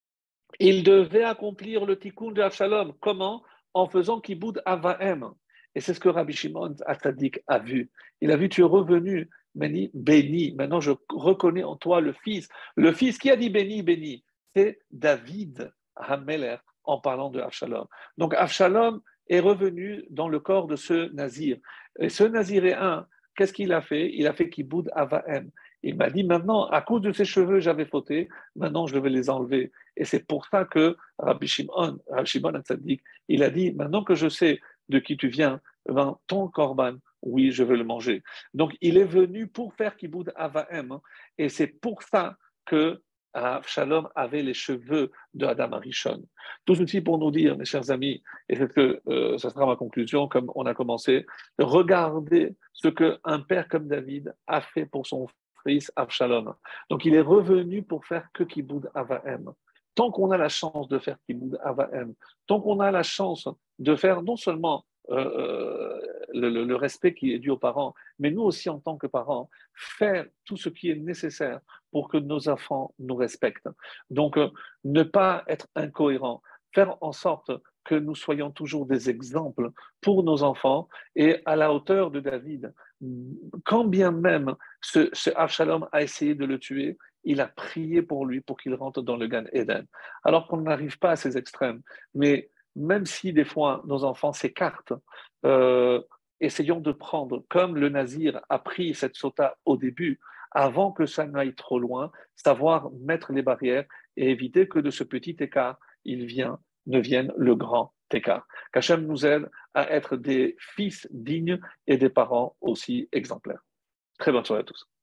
Il devait accomplir le tikkun de Avshalom. Comment? En faisant Kiboud Avahem. Et c'est ce que Rabbi Shimon Atzadik a vu. Il a vu, tu es revenu béni, béni. Maintenant, je reconnais en toi le Fils. Le Fils qui a dit béni, béni, c'est David Hameler en parlant de Avshalom. Donc, Avshalom est revenu dans le corps de ce Nazir. Et ce Naziréen, qu'est-ce qu'il a fait? Il a fait Kiboud Avahem. Il m'a dit maintenant, à cause de ses cheveux, j'avais fauté, maintenant je vais les enlever. Et c'est pour ça que Rabbi Shimon Hatzadik, il a dit, maintenant que je sais de qui tu viens, ben, ton korban, oui, je veux le manger. Donc il est venu pour faire Kiboud Avahem, hein, et c'est pour ça que Shalom avait les cheveux de Adam Arishon. Tout ceci pour nous dire, mes chers amis, et c'est que ça sera ma conclusion, comme on a commencé, regardez ce qu'un père comme David a fait pour son fils Avshalom. Donc il est revenu pour faire que Kiboud Avahem. Tant qu'on a la chance de faire Kiboud Avahem, tant qu'on a la chance de faire non seulement le respect qui est dû aux parents, mais nous aussi en tant que parents, faire tout ce qui est nécessaire pour que nos enfants nous respectent. Donc, ne pas être incohérent, faire en sorte que nous soyons toujours des exemples pour nos enfants et à la hauteur de David. Quand bien même ce Avshalom a essayé de le tuer, il a prié pour lui pour qu'il rentre dans le Gan Eden. Alors qu'on n'arrive pas à ces extrêmes. Mais même si des fois nos enfants s'écartent, euh, essayons de prendre, comme le Nazir a pris cette sota au début, avant que ça n'aille trop loin, savoir mettre les barrières et éviter que de ce petit écart, ne vienne le grand écart. Qu'Hachem nous aide à être des fils dignes et des parents aussi exemplaires. Très bonne soirée à tous.